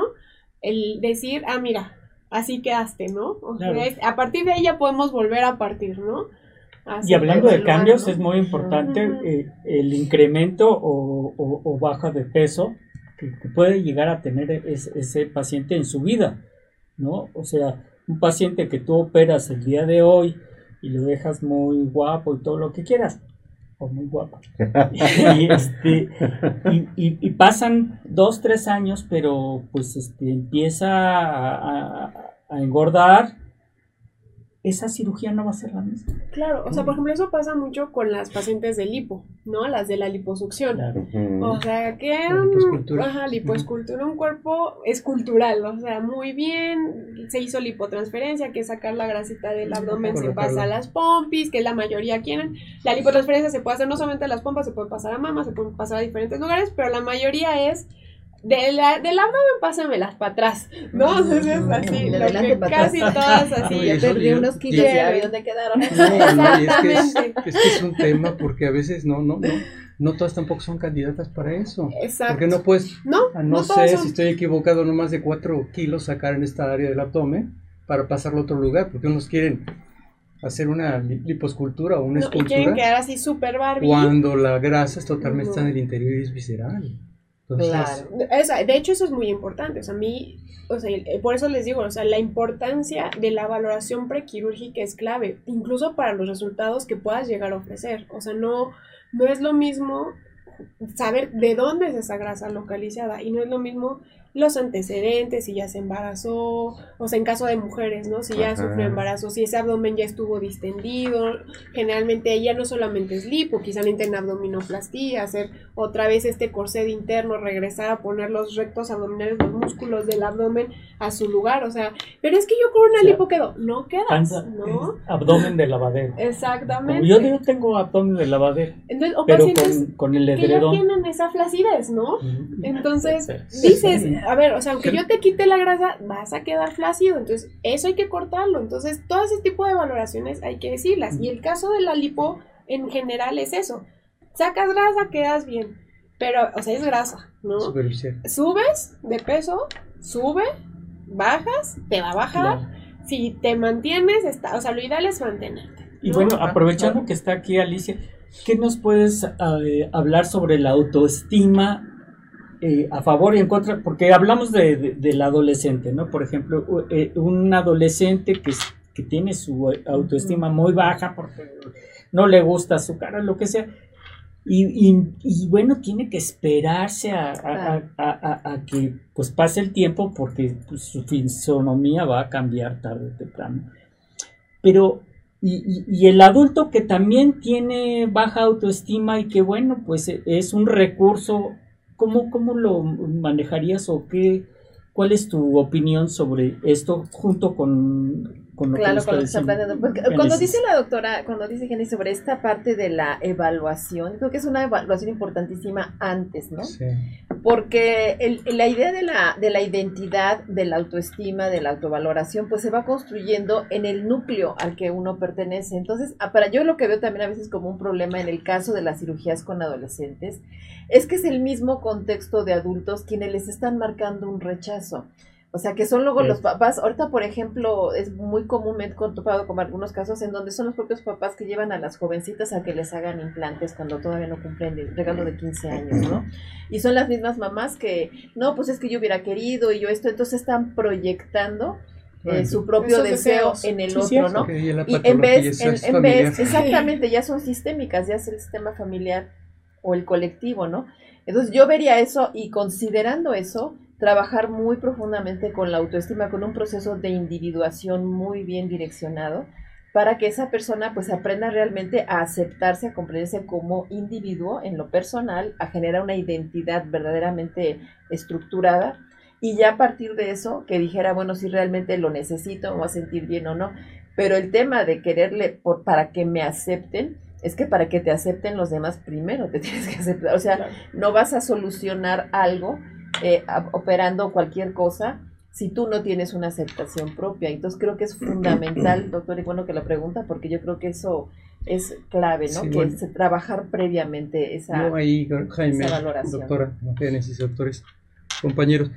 el decir, mira, así quedaste, ¿no? O sea, a partir de ahí ya podemos volver a partir, ¿no? Y hablando de cambios, ¿no? Es muy importante el incremento o baja de peso que puede llegar a tener ese paciente en su vida, ¿no? O sea, un paciente que tú operas el día de hoy y lo dejas muy guapo y todo lo que quieras, o muy guapa, y pasan 2-3 años, pero pues empieza a engordar, esa cirugía no va a ser la misma. Claro, o sea, por ejemplo, eso pasa mucho con las pacientes de lipo, ¿no? Las de la liposucción. Claro. O sea, que lipoescultura, un cuerpo escultural, o sea, muy bien, se hizo lipotransferencia, que es sacar la grasita del abdomen, se pasa a las pompis, que la mayoría quieren. La lipotransferencia se puede hacer no solamente a las pompas, se puede pasar a mamas, se puede pasar a diferentes lugares, pero la mayoría es del abdomen pásamelas para atrás, ¿no? Entonces así, de lo que casi todas así. Ya perdí unos kilos, ya vi dónde quedaron. No, es que es un tema porque a veces no todas tampoco son candidatas para eso. Exacto. Porque no puedes, no sé son... si estoy equivocado, no más de 4 kilos sacar en esta área del abdomen para pasarlo a otro lugar, porque unos quieren hacer una liposcultura o una escultura. Y quieren quedar así súper Barbie. Cuando la grasa es totalmente está en el interior y es visceral. Entonces, claro. De hecho, eso es muy importante. O sea, por eso les digo, o sea, la importancia de la valoración prequirúrgica es clave, incluso para los resultados que puedas llegar a ofrecer. O sea, no es lo mismo saber de dónde es esa grasa localizada y no es lo mismo los antecedentes, si ya se embarazó, o sea, en caso de mujeres, ¿no? Si ya sufrió embarazo, si ese abdomen ya estuvo distendido, generalmente ella no solamente es lipo, quizá necesitan abdominoplastía, hacer otra vez este corset interno, regresar a poner los rectos abdominales, los músculos del abdomen a su lugar, o sea, pero es que yo con una lipo quedo, no quedas, ¿no? Abdomen de lavadero. Exactamente. Como yo tengo abdomen de lavadero. Entonces, o pero pacientes con el que ya edredón. tienen esa flacidez, ¿no? Entonces, dices, a ver, o sea, aunque yo te quite la grasa, vas a quedar flácido, entonces eso hay que cortarlo, entonces todo ese tipo de valoraciones hay que decirlas, y el caso de la lipo en general es eso, sacas grasa, quedas bien, pero, o sea, es grasa, ¿no? Subes de peso, bajas, te va a bajar, claro. Si te mantienes, o sea, lo ideal es mantenerte. Y bueno, aprovechando que está aquí Alicia, ¿qué nos puedes hablar sobre la autoestima a favor y en contra, porque hablamos del adolescente, ¿no? Por ejemplo, un adolescente que tiene su autoestima muy baja porque no le gusta su cara, lo que sea, y bueno, tiene que esperarse a que pues pase el tiempo porque pues, su fisonomía va a cambiar tarde o temprano. Pero y el adulto que también tiene baja autoestima y que bueno, pues es un recurso, ¿cómo lo manejarías o cuál es tu opinión sobre esto junto con lo Claro, que con lo que está está planteando. Porque cuando Génesis? dice la doctora, cuando dice Jenny sobre esta parte de la evaluación, creo que es una evaluación importantísima antes, ¿no? Sí. Porque la idea de la identidad, de la autoestima, de la autovaloración, pues se va construyendo en el núcleo al que uno pertenece. Entonces, para yo lo que veo también a veces como un problema en el caso de las cirugías con adolescentes, es que es el mismo contexto de adultos quienes les están marcando un rechazo. O sea, que son luego los papás. Ahorita, por ejemplo, es muy comúnmente topado con algunos casos en donde son los propios papás que llevan a las jovencitas a que les hagan implantes cuando todavía no cumplen el regalo de 15 años, ¿no? Y son las mismas mamás que, no, pues es que yo hubiera querido y yo esto, entonces están proyectando su propio deseo en el otro, ¿no? Okay, y en vez, exactamente, ya son sistémicas, ya es el sistema familiar o el colectivo, ¿no? Entonces yo vería eso y considerando eso, trabajar muy profundamente con la autoestima, con un proceso de individuación muy bien direccionado, para que esa persona pues aprenda realmente a aceptarse, a comprenderse como individuo en lo personal, a generar una identidad verdaderamente estructurada, y ya a partir de eso, que dijera, bueno, si realmente lo necesito, me voy a sentir bien o no, pero el tema de quererle para que me acepten, es que para que te acepten los demás primero te tienes que aceptar, o sea, no vas a solucionar algo operando cualquier cosa si tú no tienes una aceptación propia. Entonces creo que es fundamental, doctor, y bueno que la pregunta, porque yo creo que eso es clave, ¿no? Sí, que bueno, es trabajar previamente esa, Jaime, esa valoración. Doctora Génesis, doctores, compañeros,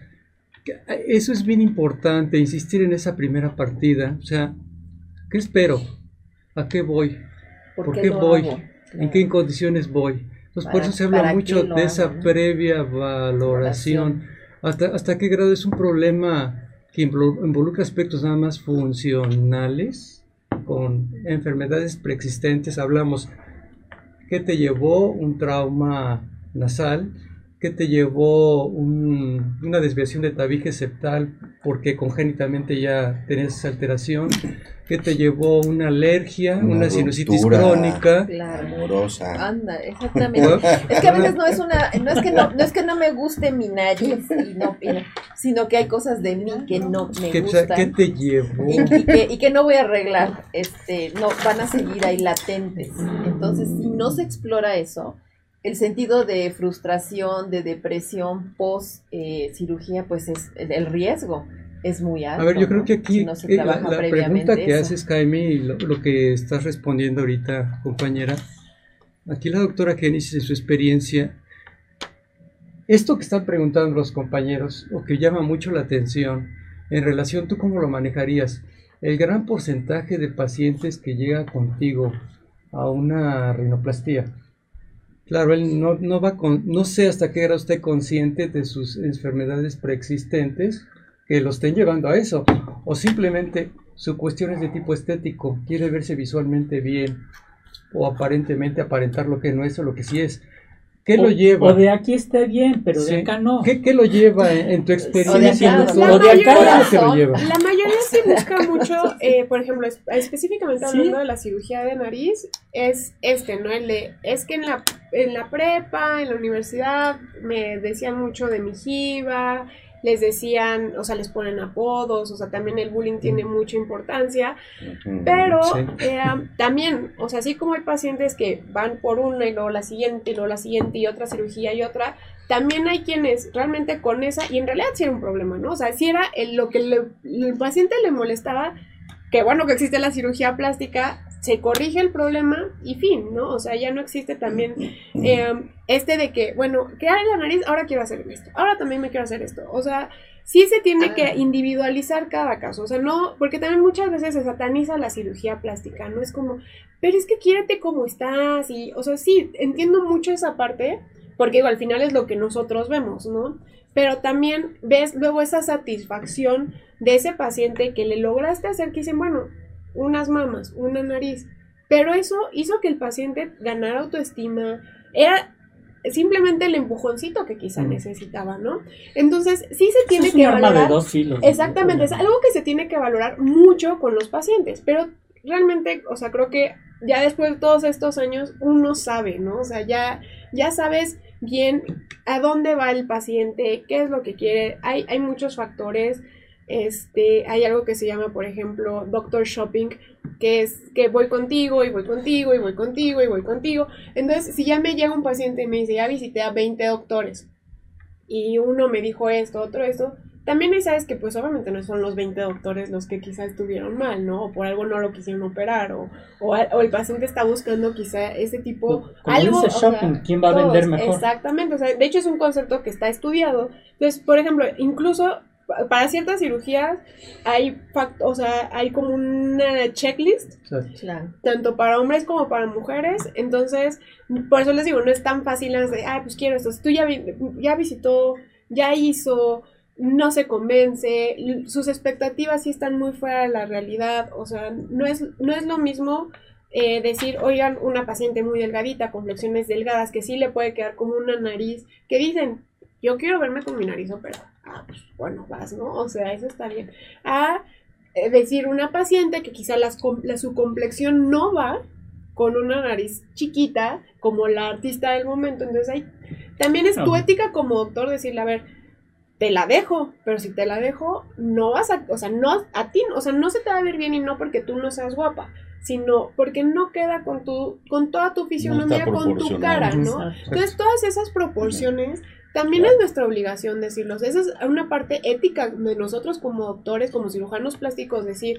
eso es bien importante, insistir en esa primera partida. O sea, ¿qué espero? ¿A qué voy? ¿Por qué voy? Claro. ¿En qué condiciones voy? Entonces, por eso se habla mucho de esa previa valoración. ¿Hasta qué grado es un problema que involucra aspectos nada más funcionales, con enfermedades preexistentes? Hablamos, ¿qué te llevó un trauma nasal? ¿Qué te llevó una desviación de tabique septal porque congénitamente ya tenías esa alteración? ¿Qué te llevó una alergia, una sinusitis crónica? Claro. Amorosa. Anda, exactamente. Es que a veces no es que no me guste mi nariz, sino que hay cosas de mí que no me gustan. ¿Qué te llevó? Y que no voy a arreglar, no van a seguir ahí latentes. Entonces, si no se explora eso, el sentido de frustración, de depresión post cirugía, pues es el riesgo es muy alto. A ver, yo creo que aquí si no se la pregunta que haces, Jaime, y lo que estás respondiendo ahorita, compañera, aquí la doctora Génesis, en su experiencia, esto que están preguntando los compañeros, o que llama mucho la atención, en relación, ¿tú cómo lo manejarías? El gran porcentaje de pacientes que llega contigo a una rinoplastía. Claro, él no va no sé hasta qué grado esté consciente de sus enfermedades preexistentes que lo estén llevando a eso, o simplemente su cuestión es de tipo estético, quiere verse visualmente bien, o aparentemente aparentar lo que no es o lo que sí es. ¿Qué lo lleva? O de aquí está bien, pero sí, de acá no. ¿Qué lo lleva en tu experiencia? O de acá ¿qué lo lleva? La mayoría sí busca mucho, por ejemplo, específicamente hablando de la cirugía de nariz, es ¿no? Es que en la prepa, en la universidad, me decían mucho de mi jiba, les decían, o sea, les ponen apodos, o sea, también el bullying tiene mucha importancia, pero sí, también, o sea, así como hay pacientes que van por una y luego la siguiente, y luego la siguiente, y otra cirugía y otra, también hay quienes realmente con esa, y en realidad sí era un problema, ¿no? O sea, sí era lo que el paciente le molestaba, que bueno que existe la cirugía plástica, se corrige el problema y fin, ¿no? O sea, ya no existe también de que, bueno, ¿qué hay en la nariz? Ahora quiero hacer esto, ahora también me quiero hacer esto. O sea, sí se tiene que individualizar cada caso, o sea, no, porque también muchas veces se sataniza la cirugía plástica, ¿no? Es como, pero es que quiérete como estás y, o sea, sí, entiendo mucho esa parte, porque digo, al final es lo que nosotros vemos, ¿no? Pero también ves luego esa satisfacción de ese paciente que le lograste hacer, que dicen, bueno, unas mamas, una nariz, pero eso hizo que el paciente ganara autoestima, era simplemente el empujoncito que quizá necesitaba, ¿no? Entonces, sí se tiene que valorar. Arma de dos filos. Exactamente, es algo que se tiene que valorar mucho con los pacientes, pero realmente, o sea, creo que ya después de todos estos años uno sabe, ¿no? O sea, ya sabes bien a dónde va el paciente, qué es lo que quiere, hay muchos factores. Hay algo que se llama, por ejemplo, doctor shopping, que es que voy contigo y voy contigo y voy contigo y voy contigo. Entonces, si ya me llega un paciente y me dice, ya visité a 20 doctores y uno me dijo esto, otro esto, también ahí sabes que pues obviamente no son los 20 doctores los que quizás estuvieron mal, ¿no? O por algo no lo quisieron operar, o el paciente está buscando quizá ese tipo, como algo, dice shopping, ¿quién va a vender mejor? Exactamente, o sea, de hecho es un concepto que está estudiado. Entonces, por ejemplo, incluso para ciertas cirugías hay como una checklist, Claro. tanto para hombres como para mujeres. Entonces, por eso les digo, no es tan fácil de, pues quiero esto. Si tú ya visitó, ya hizo, no se convence, sus expectativas sí están muy fuera de la realidad. O sea, no es lo mismo decir, oigan, una paciente muy delgadita, con flexiones delgadas, que sí le puede quedar como una nariz, que dicen, yo quiero verme con mi nariz operada. Pues bueno, vas, ¿no? O sea, eso está bien. Decir, una paciente que quizá su complexión no va con una nariz chiquita, como la artista del momento. Entonces, también es tu ética como doctor decirle, a ver, te la dejo, pero si te la dejo, no vas a, o sea, no a ti, o sea, no se te va a ver bien, y no porque tú no seas guapa, sino porque no queda con toda tu fisionomía, no con tu cara, ¿no? Entonces, todas esas proporciones también es nuestra obligación decirlos. Esa es una parte ética de nosotros como doctores, como cirujanos plásticos, decir,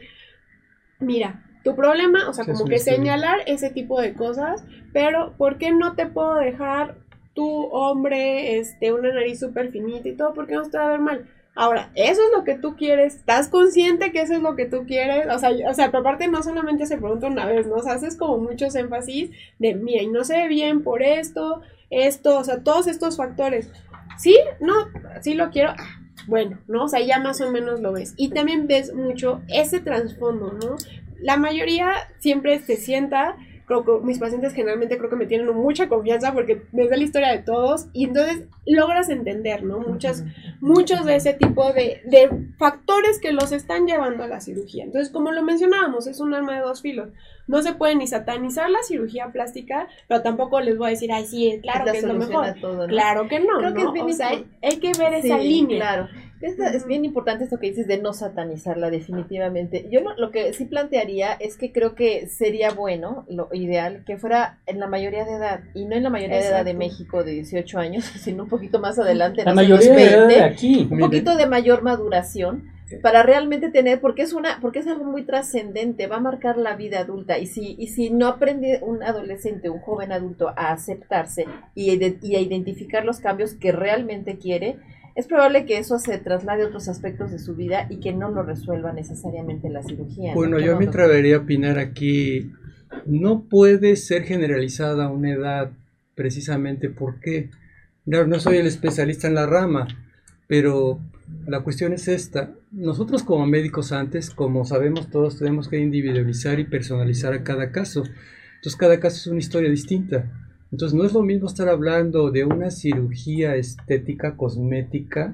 mira, tu problema, o sea, como que señalar ese tipo de cosas, pero ¿por qué no te puedo dejar tu hombre, una nariz súper finita y todo? ¿Por qué no te va a ver mal? Ahora, ¿eso es lo que tú quieres? ¿Estás consciente que eso es lo que tú quieres? O sea, pero aparte no solamente se pregunta una vez, ¿no? O sea, haces como muchos énfasis de, mira, y no se ve bien por esto, o sea, todos estos factores. ¿Sí? No, sí lo quiero. Bueno, ¿no? O sea, ya más o menos lo ves. Y también ves mucho ese trasfondo, ¿no? La mayoría siempre se sienta, creo que mis pacientes generalmente creo que me tienen mucha confianza porque les da la historia de todos, y entonces logras entender, ¿no? Muchos de ese tipo de factores que los están llevando a la cirugía. Entonces, como lo mencionábamos, es un arma de dos filos. No se puede ni satanizar la cirugía plástica, pero tampoco les voy a decir, ay, sí, claro que es lo mejor. Todo, ¿no? Claro que no, creo ¿no? Que es bien o sea, hay que ver esa línea. Claro. Es bien importante esto que dices de no satanizarla, definitivamente. Yo lo que sí plantearía es que creo que sería bueno, lo ideal, que fuera en la mayoría de edad, y no en la mayoría de edad de México de 18 años, sino un poquito más adelante, la mayoría de edad de aquí. Un poquito de mayor maduración, para realmente tener, porque es algo muy trascendente, va a marcar la vida adulta, y si no aprende un adolescente, un joven adulto a aceptarse y a identificar los cambios que realmente quiere, es probable que eso se traslade a otros aspectos de su vida y que no lo resuelva necesariamente la cirugía. Bueno, yo me atrevería a opinar aquí, no puede ser generalizada una edad precisamente porque, no soy el especialista en la rama, pero la cuestión es esta: nosotros como médicos antes, como sabemos todos, tenemos que individualizar y personalizar a cada caso. Entonces cada caso es una historia distinta. Entonces no es lo mismo estar hablando de una cirugía estética, cosmética,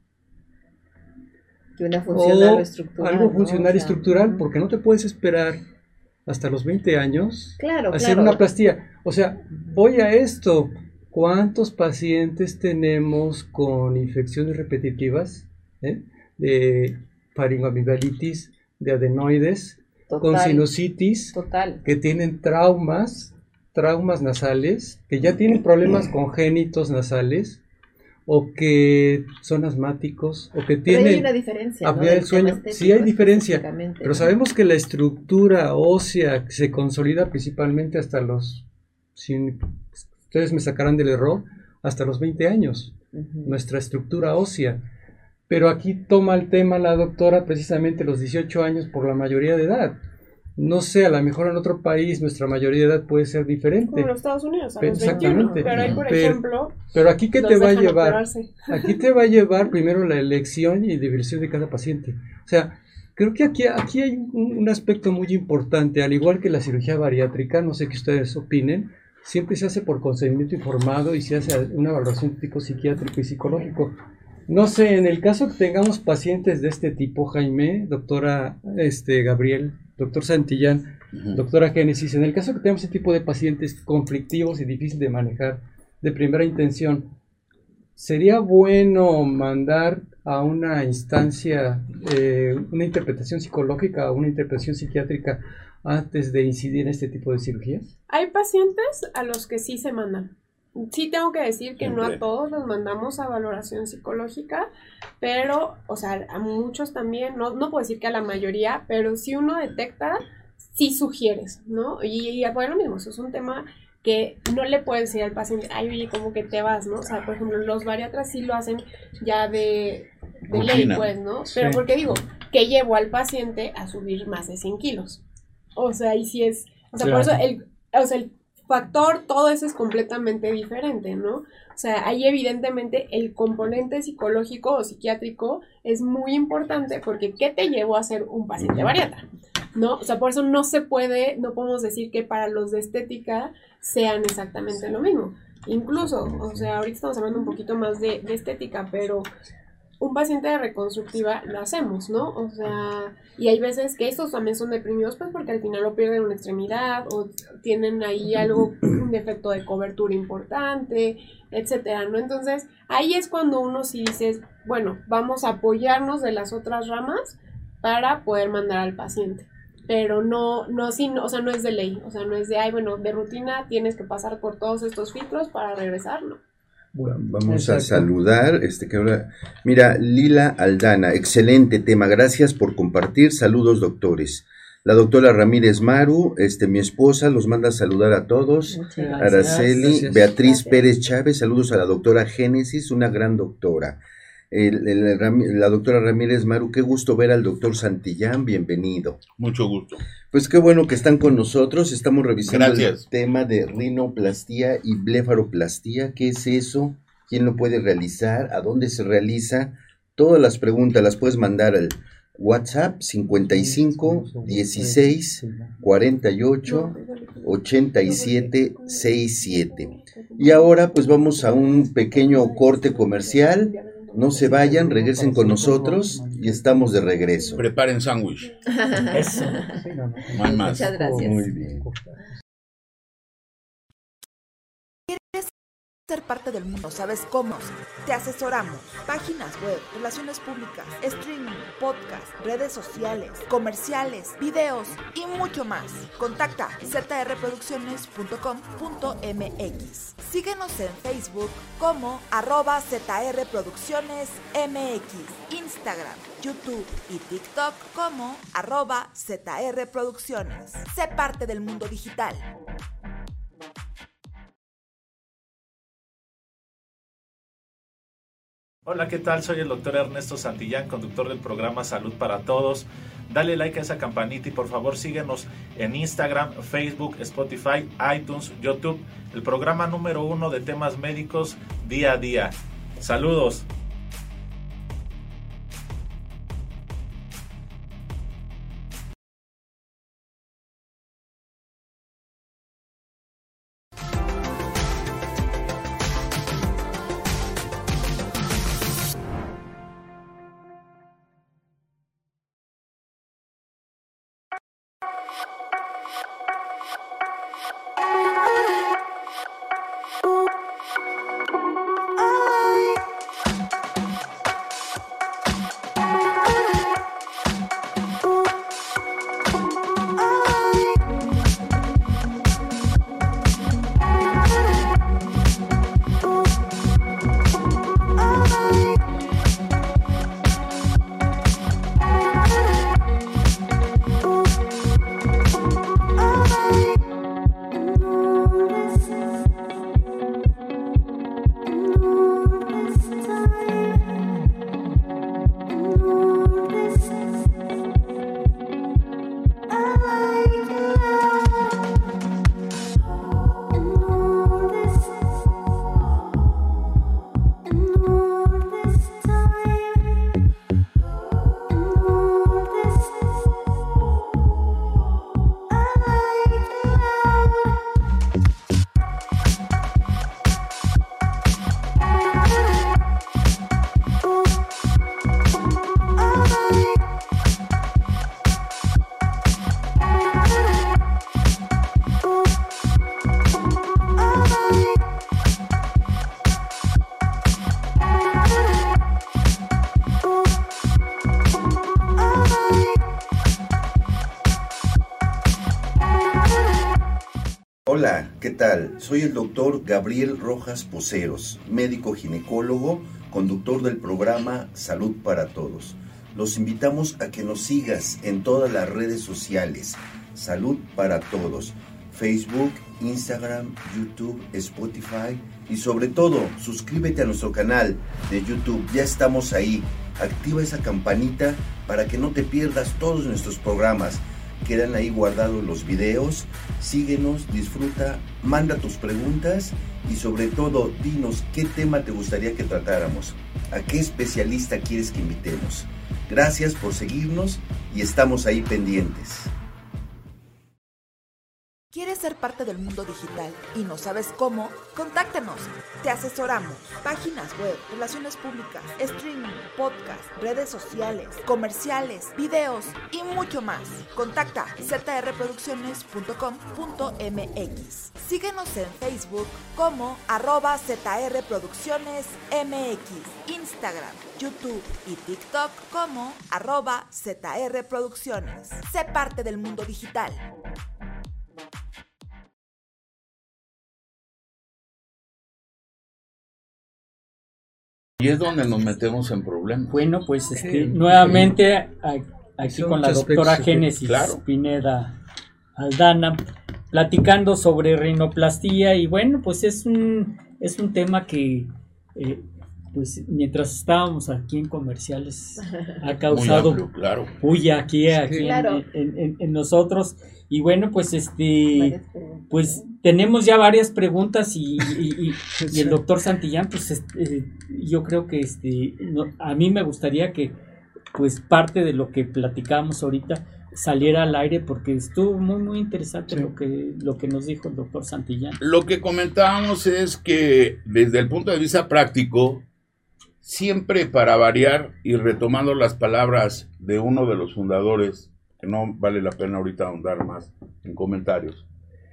que una funcional o estructural, algo funcional y ¿no? estructural, porque no te puedes esperar hasta los 20 años a hacer una plastía. O sea, voy a esto. ¿Cuántos pacientes tenemos con infecciones repetitivas, de faringoamigdalitis, de adenoides, con sinusitis, que tienen traumas nasales, que ya tienen problemas congénitos nasales, o que son asmáticos, o que tienen hay una diferencia, apnea del sueño? Sí hay diferencia, pero sabemos que la estructura ósea se consolida principalmente hasta ustedes me sacarán del error, hasta los 20 años, nuestra estructura ósea. Pero aquí toma el tema la doctora precisamente los 18 años por la mayoría de edad. No sé, a lo mejor en otro país nuestra mayoría de edad puede ser diferente. Como en los Estados Unidos, a los Exactamente. 21. Pero ahí, por ejemplo, Pero aquí, ¿qué los te va a dejan llevar? operarse. Aquí te va a llevar primero la elección y diversión de cada paciente. O sea, creo que aquí hay un aspecto muy importante, al igual que la cirugía bariátrica, no sé qué ustedes opinen, siempre se hace por consentimiento informado y se hace una valoración de tipo psiquiátrico y psicológico. No sé, en el caso que tengamos pacientes de este tipo, Jaime, doctora Gabriel, doctor Santillán, doctora Génesis, en el caso que tengamos este tipo de pacientes conflictivos y difíciles de manejar de primera intención, ¿sería bueno mandar a una instancia una interpretación psicológica o una interpretación psiquiátrica antes de incidir en este tipo de cirugías? Hay pacientes a los que sí se mandan. Sí tengo que decir que no a todos los mandamos a valoración psicológica, pero, o sea, a muchos también, no puedo decir que a la mayoría, pero si uno detecta, sí sugieres, ¿no? Y por lo mismo, eso es un tema que no le puedes decir al paciente, ay, oye, como que te vas, ¿no? O sea, por ejemplo, los bariatras sí lo hacen ya de ley, pues, ¿no? Sí. Pero porque digo, que llevo al paciente a subir más de 100 kilos. O sea, y si es, o sea, Claro. por eso el factor, todo eso es completamente diferente, ¿no? O sea, ahí evidentemente el componente psicológico o psiquiátrico es muy importante porque ¿qué te llevó a ser un paciente bariatra? ¿No? O sea, por eso no podemos decir que para los de estética sean exactamente lo mismo. Incluso, o sea, ahorita estamos hablando un poquito más de estética, pero un paciente de reconstructiva lo hacemos, ¿no? O sea, y hay veces que estos también son deprimidos pues porque al final lo pierden una extremidad o tienen ahí algo, un defecto de cobertura importante, etcétera, ¿no? Entonces, ahí es cuando uno sí dices, bueno, vamos a apoyarnos de las otras ramas para poder mandar al paciente. Pero o sea, no es de ley, o sea, no es de, ay, bueno, de rutina tienes que pasar por todos estos filtros para regresar, ¿no? Vamos a Exacto. saludar, que ahora, mira, Lila Aldana, excelente tema, gracias por compartir, saludos doctores. La doctora Ramírez Maru, mi esposa, los manda a saludar a todos. Muchas gracias. Araceli, Gracias. Beatriz Gracias. Pérez Chávez, saludos a la doctora Génesis, una gran doctora. La doctora Ramírez Maru, qué gusto ver al doctor Santillán, bienvenido. Mucho gusto. Pues qué bueno que están con nosotros, estamos revisando Gracias. el tema de rinoplastía y blefaroplastía, ¿qué es eso? ¿Quién lo puede realizar? ¿A dónde se realiza? Todas las preguntas las puedes mandar al WhatsApp 55 16 48 87 67. Y ahora pues vamos a un pequeño corte comercial. No se vayan, regresen con nosotros y estamos de regreso. Preparen sándwich. Eso. No hay más. Muchas gracias. Muy bien. Ser parte del mundo, ¿sabes cómo? Te asesoramos. Páginas web, relaciones públicas, streaming, podcast, redes sociales, comerciales, videos y mucho más. Contacta zrproducciones.com.mx. Síguenos en Facebook como @zrproduccionesmx, Instagram, YouTube y TikTok como @zrproducciones. Sé parte del mundo digital. Hola, ¿qué tal? Soy el doctor Ernesto Santillán, conductor del programa Salud para Todos. Dale like a esa campanita y por favor síguenos en Instagram, Facebook, Spotify, iTunes, YouTube. El programa número 1 de temas médicos día a día. Saludos. Hola, ¿qué tal? Soy el doctor Gabriel Rojas Poceros, médico ginecólogo, conductor del programa Salud para Todos. Los invitamos a que nos sigas en todas las redes sociales, Salud para Todos, Facebook, Instagram, YouTube, Spotify y sobre todo, suscríbete a nuestro canal de YouTube, ya estamos ahí. Activa esa campanita para que no te pierdas todos nuestros programas. Quedan ahí guardados los videos. Síguenos, disfruta, manda tus preguntas y sobre todo dinos qué tema te gustaría que tratáramos, a qué especialista quieres que invitemos. Gracias por seguirnos y estamos ahí pendientes. ¿Quieres ser parte del mundo digital y no sabes cómo? Contáctanos, te asesoramos. Páginas web, relaciones públicas, streaming, podcast, redes sociales, comerciales, videos y mucho más. Contacta zrproducciones.com.mx. Síguenos en Facebook como @ZRProduccionesMX, Instagram, YouTube y TikTok como @ZRProducciones. Sé parte del mundo digital. Y es donde nos metemos en problemas. Bueno, pues nuevamente aquí Son con la muchos doctora aspectos, Génesis claro. Pineda Aldana, platicando sobre rinoplastía y bueno, pues es un tema que pues mientras estábamos aquí en comerciales ha causado Muy amplio, claro. puya aquí claro. en nosotros y bueno, pues Varias preguntas. pues tenemos ya varias preguntas y el doctor Santillán, pues yo creo que a mí me gustaría que pues parte de lo que platicamos ahorita saliera al aire porque estuvo muy muy interesante Sí. lo que nos dijo el doctor Santillán. Lo que comentábamos es que desde el punto de vista práctico, siempre para variar y retomando las palabras de uno de los fundadores, que no vale la pena ahorita ahondar más en comentarios,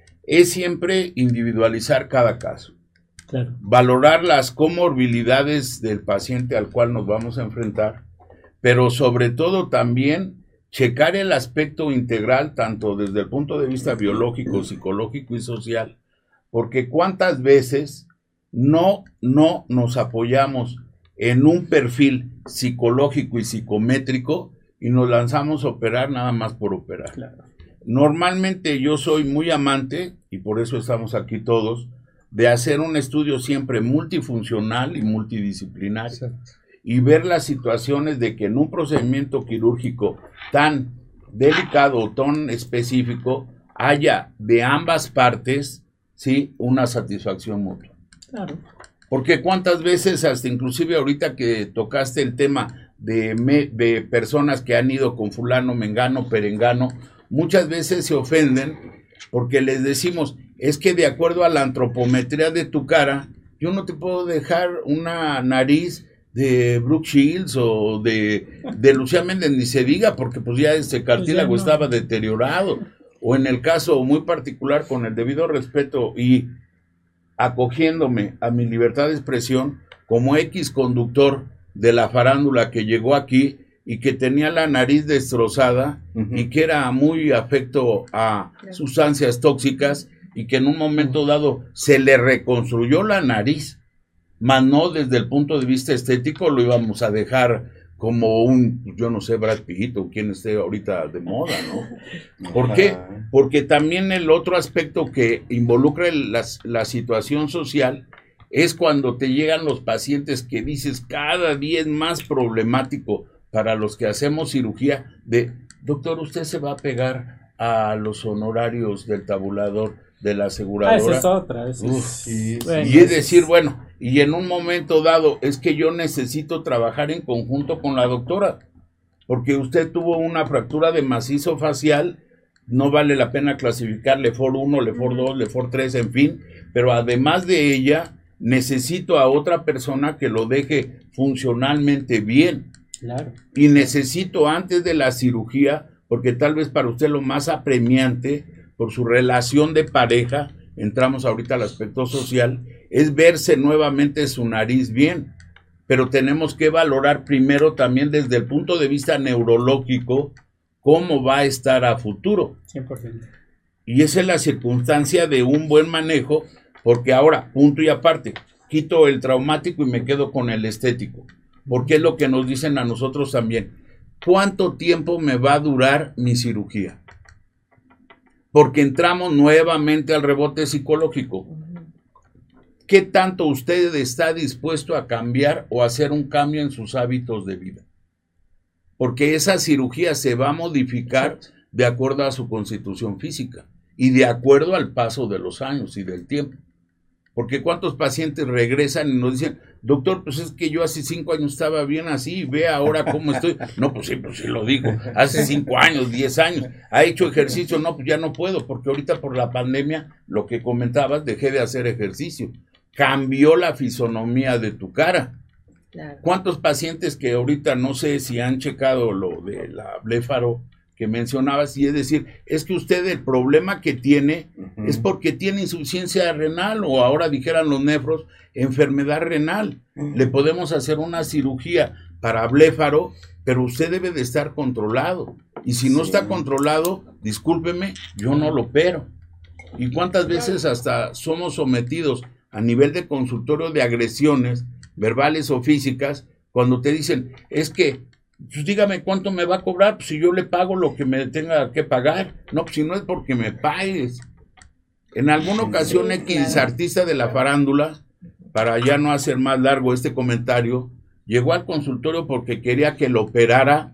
es siempre individualizar cada caso, Claro, valorar las comorbilidades del paciente al cual nos vamos a enfrentar, pero sobre todo también checar el aspecto integral, tanto desde el punto de vista biológico, psicológico y social, porque cuántas veces no nos apoyamos en un perfil psicológico y psicométrico y nos lanzamos a operar nada más por operar. claro. Normalmente yo soy muy amante, y por eso estamos aquí todos, de hacer un estudio siempre multifuncional y multidisciplinario Exacto. y ver las situaciones de que en un procedimiento quirúrgico tan delicado o tan específico haya de ambas partes, ¿sí?, una satisfacción mutua. Claro. Porque cuántas veces, hasta inclusive ahorita que tocaste el tema de personas que han ido con fulano, mengano, perengano, muchas veces se ofenden porque les decimos, es que de acuerdo a la antropometría de tu cara, yo no te puedo dejar una nariz de Brooke Shields o de Lucía Méndez, ni se diga, porque pues ya ese cartílago Pues ya no. estaba deteriorado. O en el caso muy particular, con el debido respeto y acogiéndome a mi libertad de expresión, como X conductor de la farándula que llegó aquí y que tenía la nariz destrozada y que era muy afecto a sustancias tóxicas y que en un momento dado se le reconstruyó la nariz, mas no desde el punto de vista estético lo íbamos a dejar como un, yo no sé, Brad Pitt o quien esté ahorita de moda, ¿no? ¿Por qué? Porque también el otro aspecto que involucra la situación social es cuando te llegan los pacientes que dices cada día es más problemático para los que hacemos cirugía de, doctor, usted se va a pegar a los honorarios del tabulador de la aseguradora. Esa es otra. Bueno, y es decir, bueno, y en un momento dado es que yo necesito trabajar en conjunto con la doctora, porque usted tuvo una fractura de macizo facial, no vale la pena clasificar LEFOR 1, LEFOR 2, LEFOR 3, en fin, pero además de ella, necesito a otra persona que lo deje funcionalmente bien. Claro. Y necesito antes de la cirugía, porque tal vez para usted lo más apremiante, por su relación de pareja, entramos ahorita al aspecto social, es verse nuevamente su nariz bien. Pero tenemos que valorar primero también desde el punto de vista neurológico cómo va a estar a futuro. 100%. Y esa es la circunstancia de un buen manejo, porque ahora, punto y aparte, quito el traumático y me quedo con el estético, porque es lo que nos dicen a nosotros también. ¿Cuánto tiempo me va a durar mi cirugía? Porque entramos nuevamente al rebote psicológico. ¿Qué tanto usted está dispuesto a cambiar o hacer un cambio en sus hábitos de vida? Porque esa cirugía se va a modificar de acuerdo a su constitución física y de acuerdo al paso de los años y del tiempo. Porque cuántos pacientes regresan y nos dicen, doctor, pues es que yo hace 5 años estaba bien así, ve ahora cómo estoy. No, pues sí lo digo, hace 5 años, 10 años, ha hecho ejercicio, no, pues ya no puedo, porque ahorita por la pandemia, lo que comentabas, dejé de hacer ejercicio. Cambió la fisonomía de tu cara. Claro. ¿Cuántos pacientes que ahorita no sé si han checado lo de la blefaro que mencionabas, y es decir, es que usted el problema que tiene es porque tiene insuficiencia renal, o ahora dijeran los nefros, enfermedad renal. Le podemos hacer una cirugía para blefaro, pero usted debe de estar controlado, y si no está controlado, discúlpeme, yo no lo opero. ¿Y cuántas veces hasta somos sometidos a nivel de consultorio de agresiones verbales o físicas, cuando te dicen, es que pues dígame cuánto me va a cobrar, pues si yo le pago lo que me tenga que pagar? No, pues si no es porque me pagues. En alguna ocasión X artista de la farándula, para ya no hacer más largo este comentario, llegó al consultorio porque quería que lo operara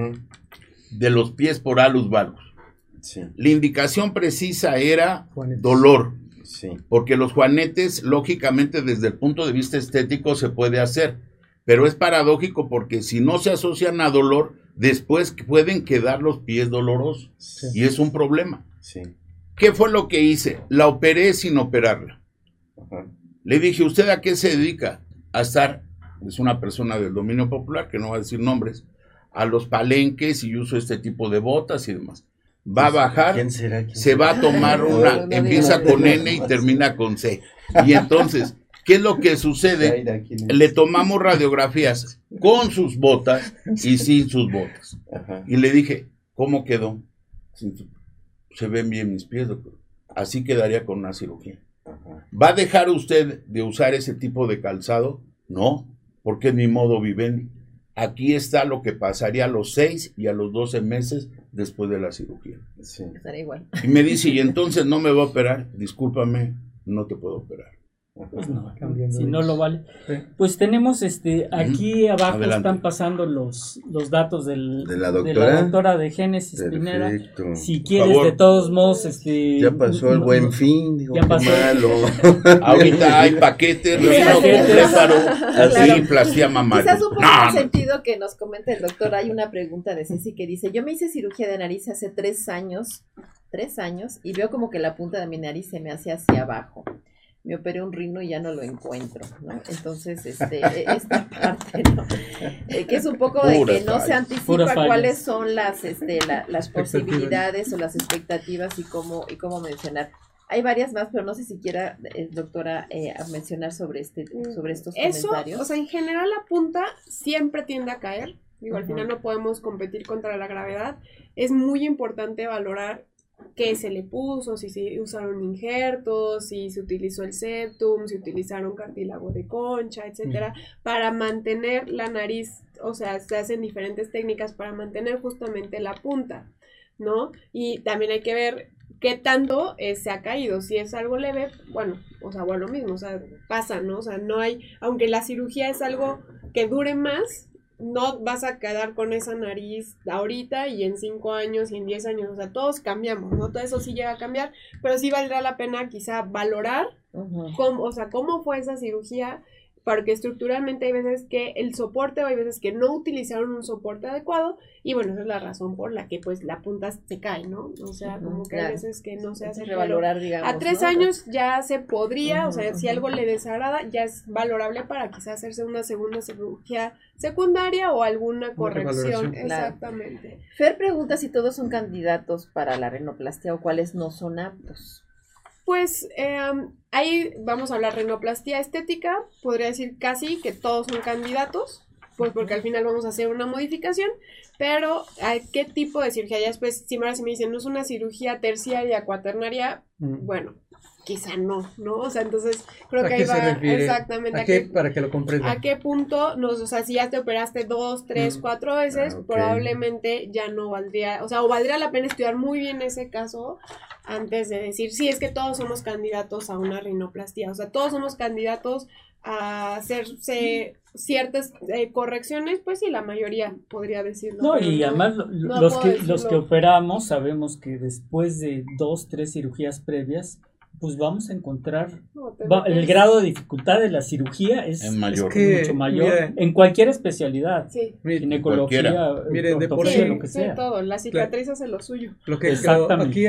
de los pies por alus valgus. La indicación precisa era dolor, porque los juanetes, lógicamente desde el punto de vista estético se puede hacer, pero es paradójico porque si no se asocian a dolor, después pueden quedar los pies dolorosos, y es un problema. ¿Qué fue lo que hice? La operé sin operarla. Le dije, ¿usted a qué se dedica? A estar, es una persona del dominio popular, que no va a decir nombres, a los palenques, y uso este tipo de botas y demás. Va a bajar, ¿quién será? Se va a tomar una, empieza con N y termina con C. Y entonces, ¿qué es lo que sucede? Le tomamos radiografías con sus botas y sin sus botas. Y le dije, ¿cómo quedó? Se ven bien mis pies, doctor. Así quedaría con una cirugía. ¿Va a dejar usted de usar ese tipo de calzado? No, porque es mi modo vivendi. Aquí está lo que pasaría a los 6 y a los 12 meses después de la cirugía. Estará igual. Y me dice, ¿y entonces no me va a operar? Discúlpame, no te puedo operar. Pues no, si no lo vale. Pues tenemos aquí abajo. Adelante. Están pasando los datos de la doctora de Génesis Pineda. Si quieres, de todos modos, ya pasó el Buen Fin, digo, ya pasó. Malo. Ahorita hay paquetes, así, plastía mamaria. Quizás un poco en el sentido que nos comenta el doctor, hay una pregunta de Ceci que dice, yo me hice cirugía de nariz hace 3 años, y veo como que la punta de mi nariz se me hace hacia abajo. Me operé un rino y ya no lo encuentro, ¿no? Entonces, esta parte, ¿no? Que es un poco de que no se anticipa cuáles son las posibilidades o las expectativas y cómo mencionar. Hay varias más, pero no sé si quiera, doctora, mencionar sobre estos comentarios. O sea, en general la punta siempre tiende a caer. Digo, al final no podemos competir contra la gravedad. Es muy importante valorar qué se le puso, si se usaron injertos, si se utilizó el septum, si utilizaron cartílago de concha, etcétera, para mantener la nariz. O sea, se hacen diferentes técnicas para mantener justamente la punta, ¿no? Y también hay que ver qué tanto se ha caído. Si es algo leve, bueno, o sea, lo mismo, o sea, pasa, ¿no? O sea, no hay, aunque la cirugía es algo que dure más, no vas a quedar con esa nariz ahorita y en 5 años y en 10 años, o sea, todos cambiamos, ¿no? Todo eso sí llega a cambiar, pero sí valdrá la pena quizá valorar cómo fue esa cirugía, porque estructuralmente hay veces que el soporte, o hay veces que no utilizaron un soporte adecuado, y bueno, esa es la razón por la que pues la punta se cae, ¿no? O sea, como que hay veces que no se hace. Revalorar, digamos, a 3 años ya se podría, o sea, si algo le desagrada, ya es valorable para quizás hacerse una segunda cirugía secundaria o alguna corrección. Exactamente. Fer pregunta si todos son candidatos para la rinoplastia o cuáles no son aptos. Pues ahí vamos a hablar de rinoplastia estética, podría decir casi que todos son candidatos, pues porque al final vamos a hacer una modificación, pero ¿qué tipo de cirugía? Ya después, si me dicen, no es una cirugía terciaria, cuaternaria, bueno, quizá no, O sea, entonces creo que ahí va exactamente. Para que lo comprenda. ¿A qué punto o sea, si ya te operaste 2, 3, 4 veces, probablemente ya no valdría, o sea, o valdría la pena estudiar muy bien ese caso antes de decir, sí, es que todos somos candidatos a una rinoplastia, o sea, todos somos candidatos a hacerse ciertas correcciones, pues sí, la mayoría podría decirlo. No, y además los que operamos sabemos que después de 2, 3 cirugías previas, pues vamos a encontrar el grado de dificultad de la cirugía es mucho mayor, mira, en cualquier especialidad, ginecología, ortopedia, lo que sea. Todo, la cicatriz hace lo suyo. Aquí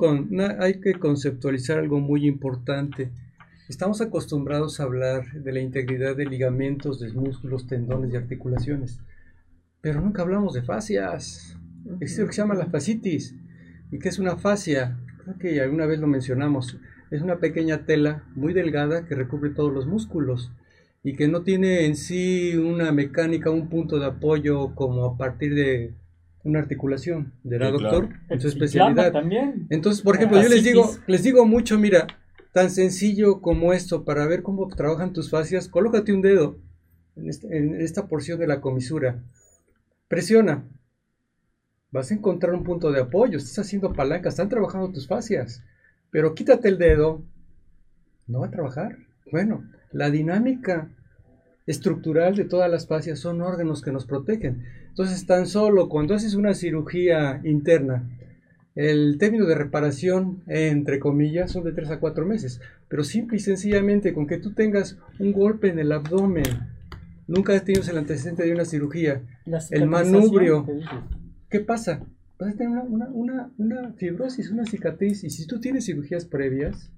hay que conceptualizar algo muy importante. Estamos acostumbrados a hablar de la integridad de ligamentos, de músculos, tendones y articulaciones, pero nunca hablamos de fascias. Es lo que se llama la fascitis. ¿Y qué es una fascia? Creo que alguna vez lo mencionamos. Es una pequeña tela muy delgada que recubre todos los músculos y que no tiene en sí una mecánica, un punto de apoyo como a partir de una articulación. ¿Verdad, doctor? Claro. En su especialidad. También. Entonces, por ejemplo, yo les digo mucho, mira, tan sencillo como esto, para ver cómo trabajan tus fascias, colócate un dedo en esta porción de la comisura. Presiona. Vas a encontrar un punto de apoyo, estás haciendo palanca, están trabajando tus fascias. Pero quítate el dedo, no va a trabajar. Bueno, la dinámica estructural de todas las fascias son órganos que nos protegen. Entonces, tan solo cuando haces una cirugía interna, el término de reparación, entre comillas, son de 3 a 4 meses. Pero simple y sencillamente, con que tú tengas un golpe en el abdomen, nunca has tenido el antecedente de una cirugía, el manubrio, ¿qué pasa? Vas a tener una fibrosis, una cicatriz. Y si tú tienes cirugías previas,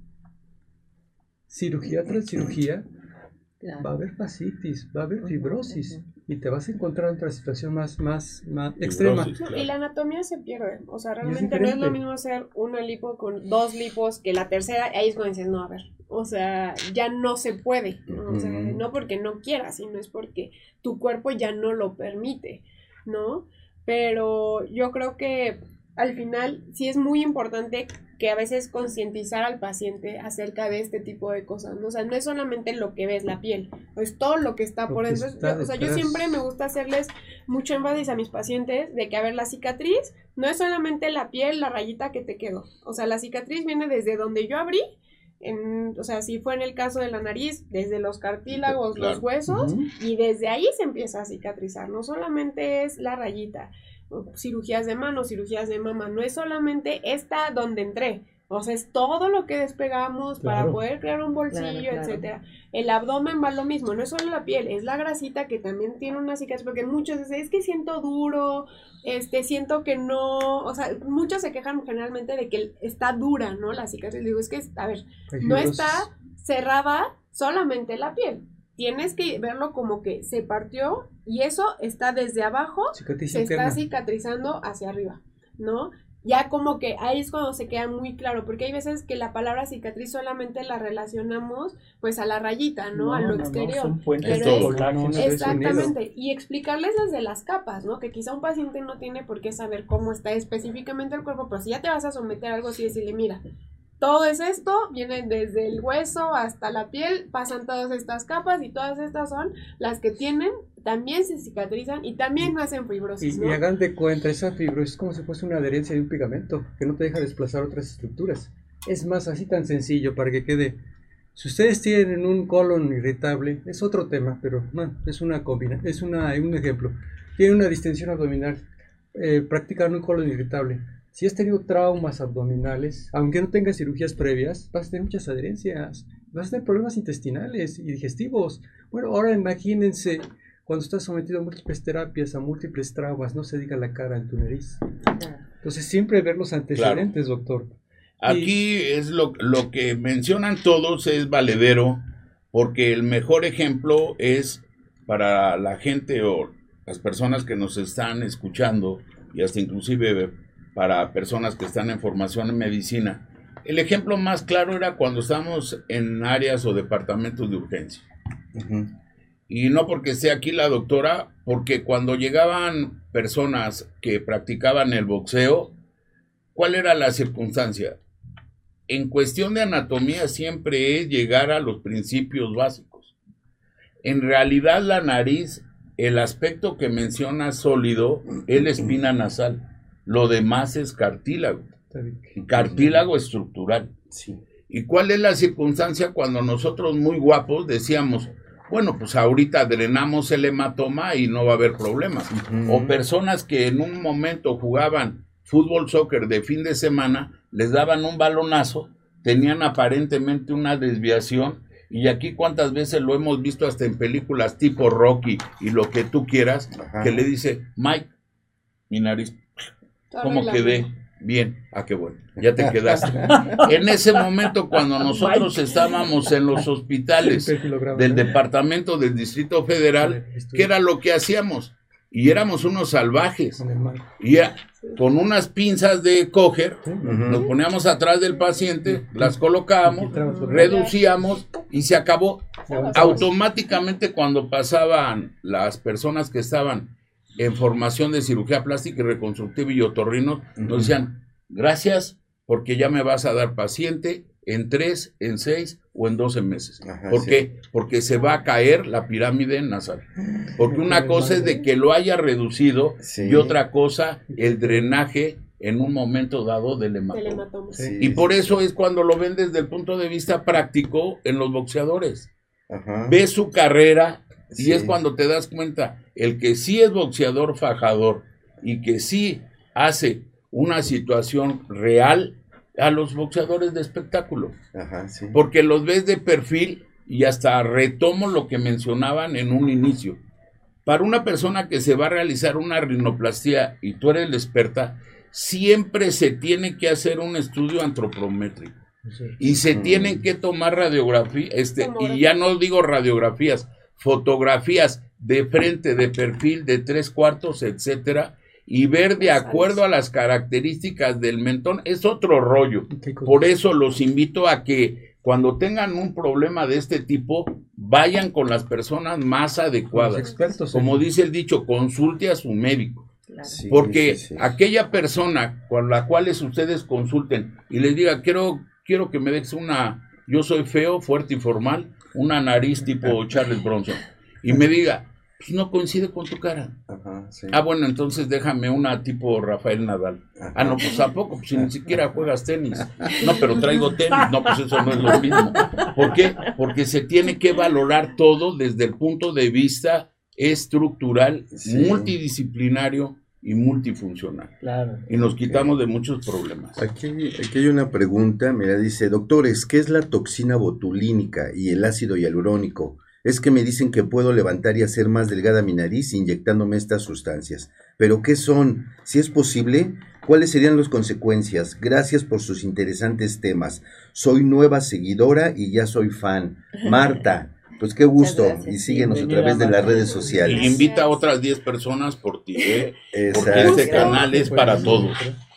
cirugía tras cirugía, va a haber fascitis, va a haber fibrosis. Y te vas a encontrar en otra situación más extrema. Claro. Y la anatomía se pierde. O sea, realmente no es lo mismo hacer una lipo con 2 lipos que la tercera. Ahí es cuando dices, no, a ver. O sea, ya no se puede. ¿No? O sea, no porque no quieras, sino es porque tu cuerpo ya no lo permite, ¿no? Pero yo creo que al final sí es muy importante que a veces concientizar al paciente acerca de este tipo de cosas, ¿no? O sea, no es solamente lo que ves, la piel, es todo lo que está por dentro. O sea, yo siempre me gusta hacerles mucho énfasis a mis pacientes de que, a ver, la cicatriz no es solamente la piel, la rayita que te quedó. O sea, la cicatriz viene desde donde yo abrí, o sea, si fue en el caso de la nariz, desde los cartílagos, los huesos, y desde ahí se empieza a cicatrizar. No solamente es la rayita, cirugías de mano, cirugías de mama, no es solamente esta donde entré, o sea, es todo lo que despegamos para poder crear un bolsillo, etcétera. El abdomen va lo mismo, no es solo la piel, es la grasita que también tiene una cicatriz, porque muchos dicen, es que siento duro, siento que no, o sea, muchos se quejan generalmente de que está dura, ¿no? La cicatriz, digo, es que, a ver, no está cerrada solamente la piel. Tienes que verlo como que se partió y eso está desde abajo, está cicatrizando hacia arriba, ¿no? Ya como que ahí es cuando se queda muy claro, porque hay veces que la palabra cicatriz solamente la relacionamos pues a la rayita, ¿no? A lo exterior. Son puentes de colágeno. Exactamente, y explicarles desde las capas, ¿no? Que quizá un paciente no tiene por qué saber cómo está específicamente el cuerpo, pero si ya te vas a someter a algo así, decirle, mira, todo es esto, viene desde el hueso hasta la piel, pasan todas estas capas y todas estas son las que también se cicatrizan y también hacen fibrosis, ¿no? Y hagan de cuenta, esa fibrosis es como si fuese una adherencia de un pegamento que no te deja desplazar otras estructuras. Es más, así tan sencillo para que quede. Si ustedes tienen un colon irritable, es otro tema, pero no, es un ejemplo. Tienen una distensión abdominal, practican un colon irritable. Si has tenido traumas abdominales, aunque no tengas cirugías previas, vas a tener muchas adherencias, vas a tener problemas intestinales y digestivos. Bueno, ahora imagínense cuando estás sometido a múltiples terapias, a múltiples traumas, no se diga la cara en tu nariz. Entonces siempre ver los antecedentes, doctor. Aquí es lo que mencionan todos es valedero, porque el mejor ejemplo es para la gente o las personas que nos están escuchando y hasta inclusive para personas que están en formación en medicina. El ejemplo más claro era cuando estábamos en áreas o departamentos de urgencia. y no porque esté aquí la doctora, porque cuando llegaban personas que practicaban el boxeo, ¿cuál era la circunstancia? En cuestión de anatomía siempre es llegar a los principios básicos. En realidad la nariz, el aspecto que menciona sólido es la espina nasal. Lo demás es cartílago. Cartílago estructural. Sí. ¿Y cuál es la circunstancia cuando nosotros muy guapos decíamos, bueno, pues ahorita drenamos el hematoma y no va a haber problemas? O personas que en un momento jugaban fútbol, soccer de fin de semana, les daban un balonazo, tenían aparentemente una desviación, y aquí cuántas veces lo hemos visto hasta en películas tipo Rocky y lo que tú quieras, que le dice, Mike, mi nariz, ¿cómo quedé? Bien, qué bueno, ya te quedaste. En ese momento, cuando nosotros estábamos en los hospitales del departamento del Distrito Federal, ¿qué era lo que hacíamos? Y éramos unos salvajes. Y con unas pinzas de coger, nos poníamos atrás del paciente, las colocábamos, reducíamos y se acabó. Automáticamente, cuando pasaban las personas que estaban en formación de cirugía plástica y reconstructiva y otorrinos, nos decían, gracias, porque ya me vas a dar paciente en 3, en 6 o en 12 meses. ¿Por qué? Porque se va a caer la pirámide nasal. Porque una cosa es de que lo haya reducido y otra cosa, el drenaje en un momento dado del hematoma. Y por eso es cuando lo ven desde el punto de vista práctico en los boxeadores. Ves su carrera y es cuando te das cuenta, el que sí es boxeador fajador y que sí hace una situación real a los boxeadores de espectáculo. Porque los ves de perfil y hasta retomo lo que mencionaban en un inicio. Para una persona que se va a realizar una rinoplastia y tú eres la experta, siempre se tiene que hacer un estudio antropométrico. Y se tienen que tomar radiografías, y ya no digo radiografías, fotografías de frente, de perfil, de 3/4, etcétera, y ver de acuerdo a las características del mentón. Es otro rollo. Por eso los invito a que cuando tengan un problema de este tipo, vayan con las personas más adecuadas. Expertos, como dice el dicho, consulte a su médico. Porque aquella persona con la cual ustedes consulten y les diga, quiero que me des yo soy feo, fuerte y formal, una nariz tipo Charles Bronson, y me diga, pues no coincide con tu cara. Bueno, entonces déjame una tipo Rafael Nadal. No, pues tampoco, pues si ni siquiera juegas tenis. No, pero traigo tenis. No, pues eso no es lo mismo. ¿Por qué? Porque se tiene que valorar todo desde el punto de vista estructural, multidisciplinario y multifuncional. Y nos quitamos de muchos problemas. Aquí hay una pregunta, mira, dice, doctores, ¿qué es la toxina botulínica y el ácido hialurónico? Es que me dicen que puedo levantar y hacer más delgada mi nariz inyectándome estas sustancias. ¿Pero qué son? Si es posible, ¿cuáles serían las consecuencias? Gracias por sus interesantes temas. Soy nueva seguidora y ya soy fan. Marta, pues qué gusto. Y síguenos a través de las redes sociales. Y invita a otras 10 personas por ti, porque este canal es para todos.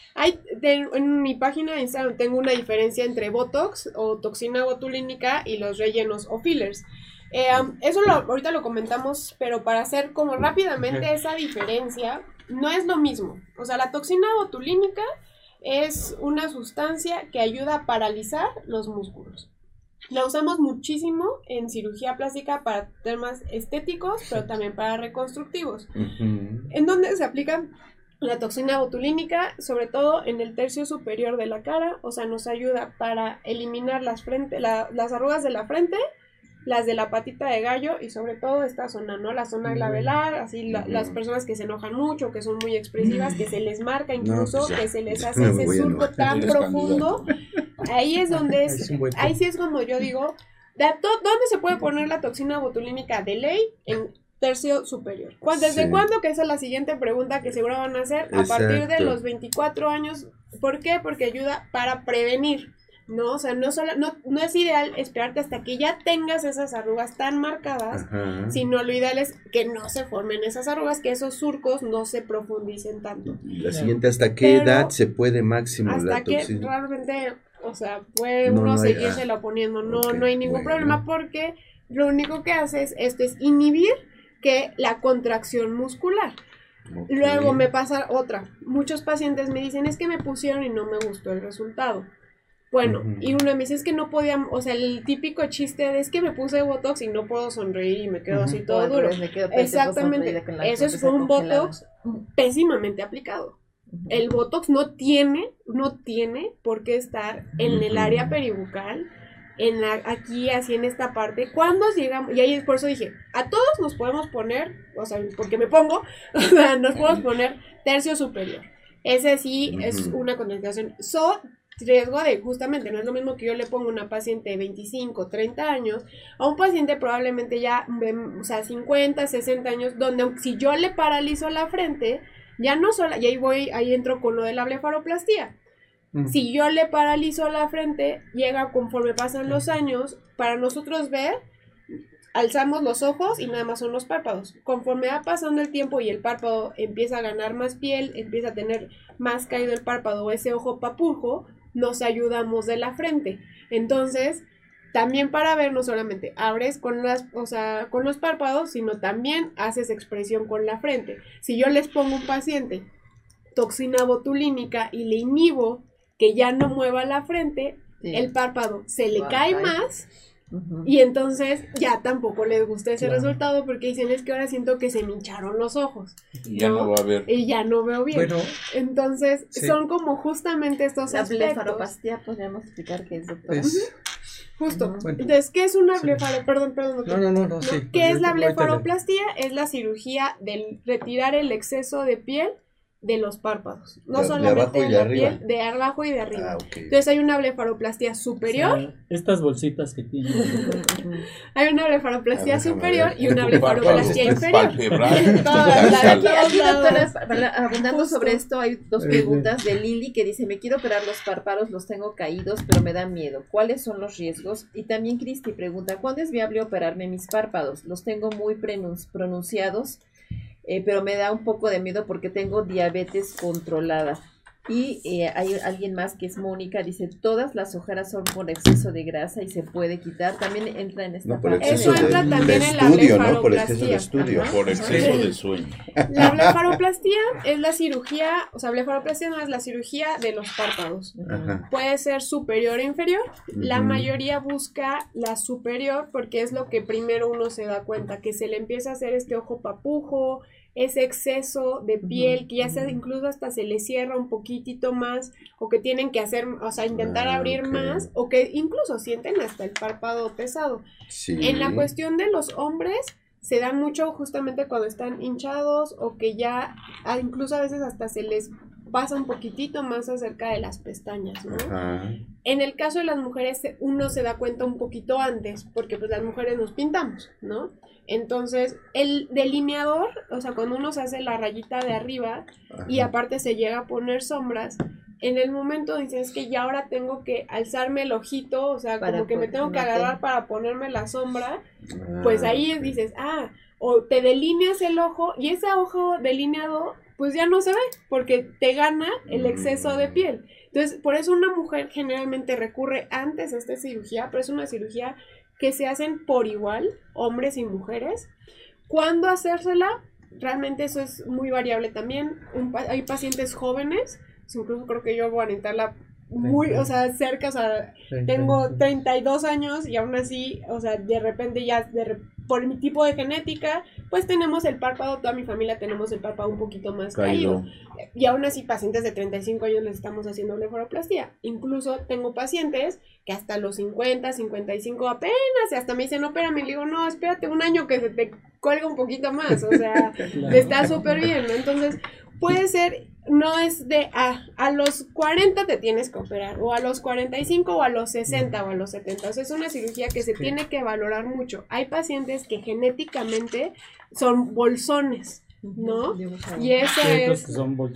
En mi página de Instagram tengo una diferencia entre Botox o toxina botulínica y los rellenos o fillers. Eso ahorita lo comentamos, pero para hacer como rápidamente esa diferencia, no es lo mismo. O sea, la toxina botulínica es una sustancia que ayuda a paralizar los músculos. La usamos muchísimo en cirugía plástica para temas estéticos, pero también para reconstructivos. ¿En dónde se aplica la toxina botulínica? Sobre todo en el tercio superior de la cara. O sea, nos ayuda para eliminar las arrugas de la frente, las de la patita de gallo y sobre todo esta zona, ¿no? La zona glabelar, así las personas que se enojan mucho, que son muy expresivas, que se les marca incluso, que se les hace ese surco tan profundo. Ahí es donde ahí sí es como yo digo, ¿dónde se puede poner la toxina botulínica de ley? En tercio superior. ¿Desde cuándo? Que esa es la siguiente pregunta que seguro van a hacer. A partir de los 24 años. ¿Por qué? Porque ayuda para prevenir. No, o sea, no es ideal esperarte hasta que ya tengas esas arrugas tan marcadas, sino lo ideal es que no se formen esas arrugas, que esos surcos no se profundicen tanto. Y la siguiente, ¿hasta qué edad se puede máximo la toxina? Hasta que realmente, o sea, puede uno seguírsela poniendo, no hay ningún problema, porque lo único que hace es inhibir que la contracción muscular. Okay. Luego me pasa otra. Muchos pacientes me dicen, es que me pusieron y no me gustó el resultado. Bueno, y uno me dice, es que no podía, o sea, el típico chiste de es que me puse Botox y no puedo sonreír y me quedo así todo duro. Exactamente, eso fue un Botox pésimamente aplicado. El Botox no tiene por qué estar en el área peribucal, aquí así en esta parte. Cuando llegamos, y ahí por eso dije, a todos nos podemos poner, o sea, porque me pongo, o sea, nos podemos poner tercio superior. Ese sí es una contraindicación. Riesgo de, justamente, no es lo mismo que yo le pongo a una paciente de 25, 30 años, a un paciente probablemente ya, o sea, 50, 60 años, donde si yo le paralizo la frente, ya no solo, y ahí entro con lo de la blefaroplastia. Si yo le paralizo la frente, llega conforme pasan los años, para nosotros ver, alzamos los ojos y nada más son los párpados. Conforme va pasando el tiempo y el párpado empieza a ganar más piel, empieza a tener más caído el párpado o ese ojo papuljo, nos ayudamos de la frente. Entonces, también para ver, no solamente abres con los párpados, sino también haces expresión con la frente. Si yo les pongo a un paciente toxina botulínica y le inhibo que ya no mueva la frente, el párpado se le cae más. Y entonces ya tampoco les gusta ese resultado porque dicen, es que ahora siento que se me hincharon los ojos. Y ya no va a ver. Y ya no veo bien. Bueno, entonces son como justamente estos aspectos. La blefaroplastia, podríamos explicar qué es, doctora. Justo. Bueno. Entonces, ¿qué es una blefaroplastia? Perdón, doctor. No, sí. ¿Qué es la blefaroplastia? Es la cirugía de retirar el exceso de piel de los párpados, no solamente de la piel, de abajo y de arriba. Entonces hay una blefaroplastia superior. O sea, estas bolsitas que tienen. Hay una blefaroplastia superior y una blefaroplastia inferior. Aquí, doctora, abundando sobre esto, hay dos preguntas de Lili que dice, me quiero operar los párpados, los tengo caídos, pero me da miedo. ¿Cuáles son los riesgos? Y también Cristi pregunta, ¿cuándo es viable operarme mis párpados? Los tengo muy pronunciados. Pero me da un poco de miedo porque tengo diabetes controlada. Y hay alguien más que es Mónica, dice, todas las ojeras son por exceso de grasa y se puede quitar. También entra en esta parte. Eso entra también en la blefaroplastia. Por exceso de estudio. Por exceso de sueño. La blefaroplastia es la cirugía, o sea, blefaroplastia no es la cirugía de los párpados. Puede ser superior o inferior. La mayoría busca la superior porque es lo que primero uno se da cuenta, que se le empieza a hacer este ojo papujo, ese exceso de piel que ya incluso hasta se le cierra un poquitito más, o que tienen que hacer, o sea, intentar abrir más, o que incluso sienten hasta el párpado pesado. En la cuestión de los hombres, se dan mucho justamente cuando están hinchados, o que ya incluso a veces hasta se les pasa un poquitito más acerca de las pestañas, ¿no? En el caso de las mujeres, uno se da cuenta un poquito antes, porque pues las mujeres nos pintamos, ¿no? Entonces, el delineador, o sea, cuando uno se hace la rayita de arriba y aparte se llega a poner sombras, en el momento dices que ya ahora tengo que alzarme el ojito, o sea, como que me tengo que agarrar para ponerme la sombra, pues ahí dices, o te delineas el ojo y ese ojo delineado pues ya no se ve porque te gana el exceso de piel. Entonces, por eso una mujer generalmente recurre antes a esta cirugía, pero es una cirugía que se hacen por igual, hombres y mujeres. ¿Cuándo hacérsela? Realmente eso es muy variable también. Hay pacientes jóvenes, incluso creo que yo voy a necesitarla muy, o sea, cerca, o sea, tengo 32 años y aún así, o sea, de repente ya, por mi tipo de genética, pues tenemos el párpado, toda mi familia tenemos el párpado un poquito más caído. Y aún así, pacientes de 35 años les estamos haciendo blefaroplastia. Incluso tengo pacientes que hasta los 50, 55 apenas, y hasta me dicen, no, espérame, le digo, no, espérate un año que se te cuelga un poquito más, o sea, está súper bien, ¿no? Entonces, puede ser, no es de a los 40 te tienes que operar, o a los 45, o a los 60, o a los 70. O sea, es una cirugía que se tiene que valorar mucho. Hay pacientes que genéticamente son bolsones, ¿no? Y eso es...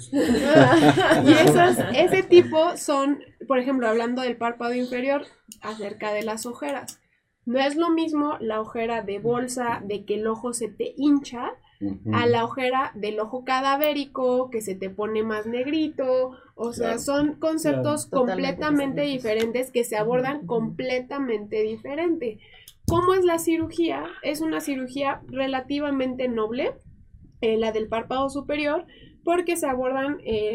y ese tipo son, por ejemplo, hablando del párpado inferior, acerca de las ojeras. No es lo mismo la ojera de bolsa, de que el ojo se te hincha, a la ojera del ojo cadavérico, que se te pone más negrito. O sea, son conceptos completamente diferentes que se abordan completamente diferente. ¿Cómo es la cirugía? Es una cirugía relativamente noble, la del párpado superior, porque se abordan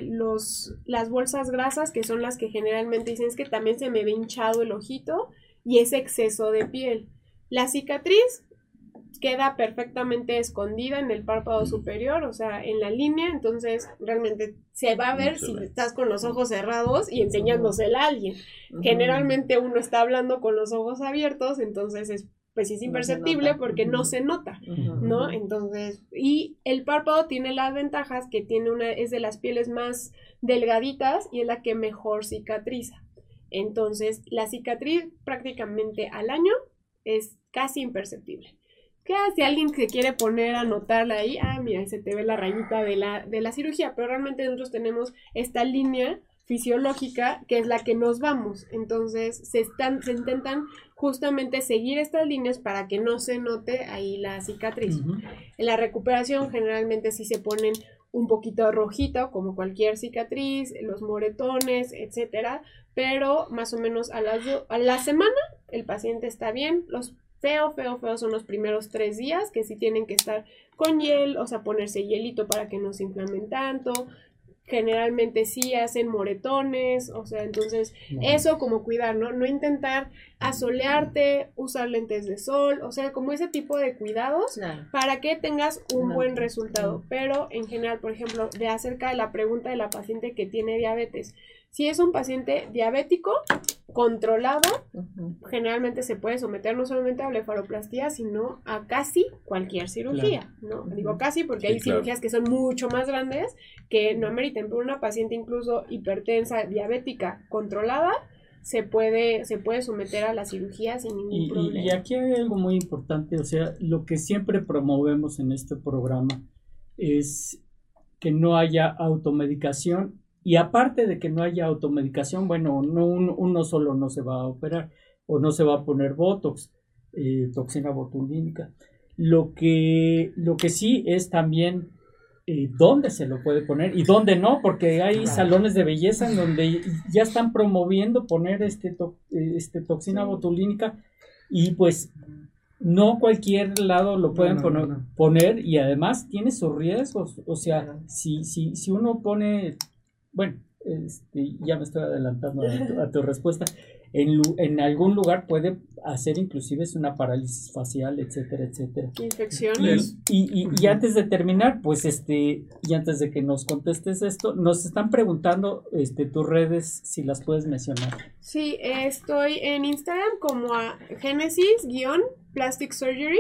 las bolsas grasas, que son las que generalmente dicen es que también se me ve hinchado el ojito y es exceso de piel. La cicatriz queda perfectamente escondida en el párpado superior, o sea, en la línea, entonces realmente se va a ver si estás con los ojos cerrados y enseñándosela a alguien. Generalmente uno está hablando con los ojos abiertos, entonces es imperceptible porque no se nota, ¿no? Entonces, y el párpado tiene las ventajas que es de las pieles más delgaditas y es la que mejor cicatriza. Entonces, la cicatriz prácticamente al año es casi imperceptible. ¿Qué hace alguien que quiere poner a anotarla ahí? Mira, ahí se te ve la rayita de la cirugía, pero realmente nosotros tenemos esta línea fisiológica que es la que nos vamos. Entonces se intentan justamente seguir estas líneas para que no se note ahí la cicatriz. En la recuperación generalmente sí se ponen un poquito rojito, como cualquier cicatriz, los moretones, etcétera, pero más o menos a la semana el paciente está bien. Los feo son los primeros 3 días, que sí tienen que estar con hiel, o sea, ponerse hielito para que no se inflamen tanto. Generalmente sí hacen moretones, o sea, entonces eso como cuidar, ¿no? No intentar asolearte, usar lentes de sol, o sea, como ese tipo de cuidados para que tengas un buen resultado. Pero en general, por ejemplo, de acerca de la pregunta de la paciente que tiene diabetes, si es un paciente diabético controlado, generalmente se puede someter no solamente a blefaroplastía, sino a casi cualquier cirugía, ¿no? Digo casi porque hay cirugías que son mucho más grandes que no ameriten, pero una paciente incluso hipertensa, diabética, controlada, se puede someter a la cirugía sin ningún problema. Y aquí hay algo muy importante, o sea, lo que siempre promovemos en este programa es que no haya automedicación. Y aparte de que no haya automedicación, bueno, uno solo no se va a operar o no se va a poner Botox, toxina botulínica. Lo que sí es también dónde se lo puede poner y dónde no, porque hay salones de belleza en donde ya están promoviendo poner toxina botulínica y pues no cualquier lado lo pueden poner y además tiene sus riesgos. O sea, si uno pone... Bueno, ya me estoy adelantando a tu respuesta. En algún lugar puede hacer inclusive una parálisis facial, etcétera, etcétera. Infecciones. Y antes de terminar, pues y antes de que nos contestes esto, nos están preguntando tus redes, si las puedes mencionar. Sí, estoy en Instagram como a Genesis-Plastic Surgery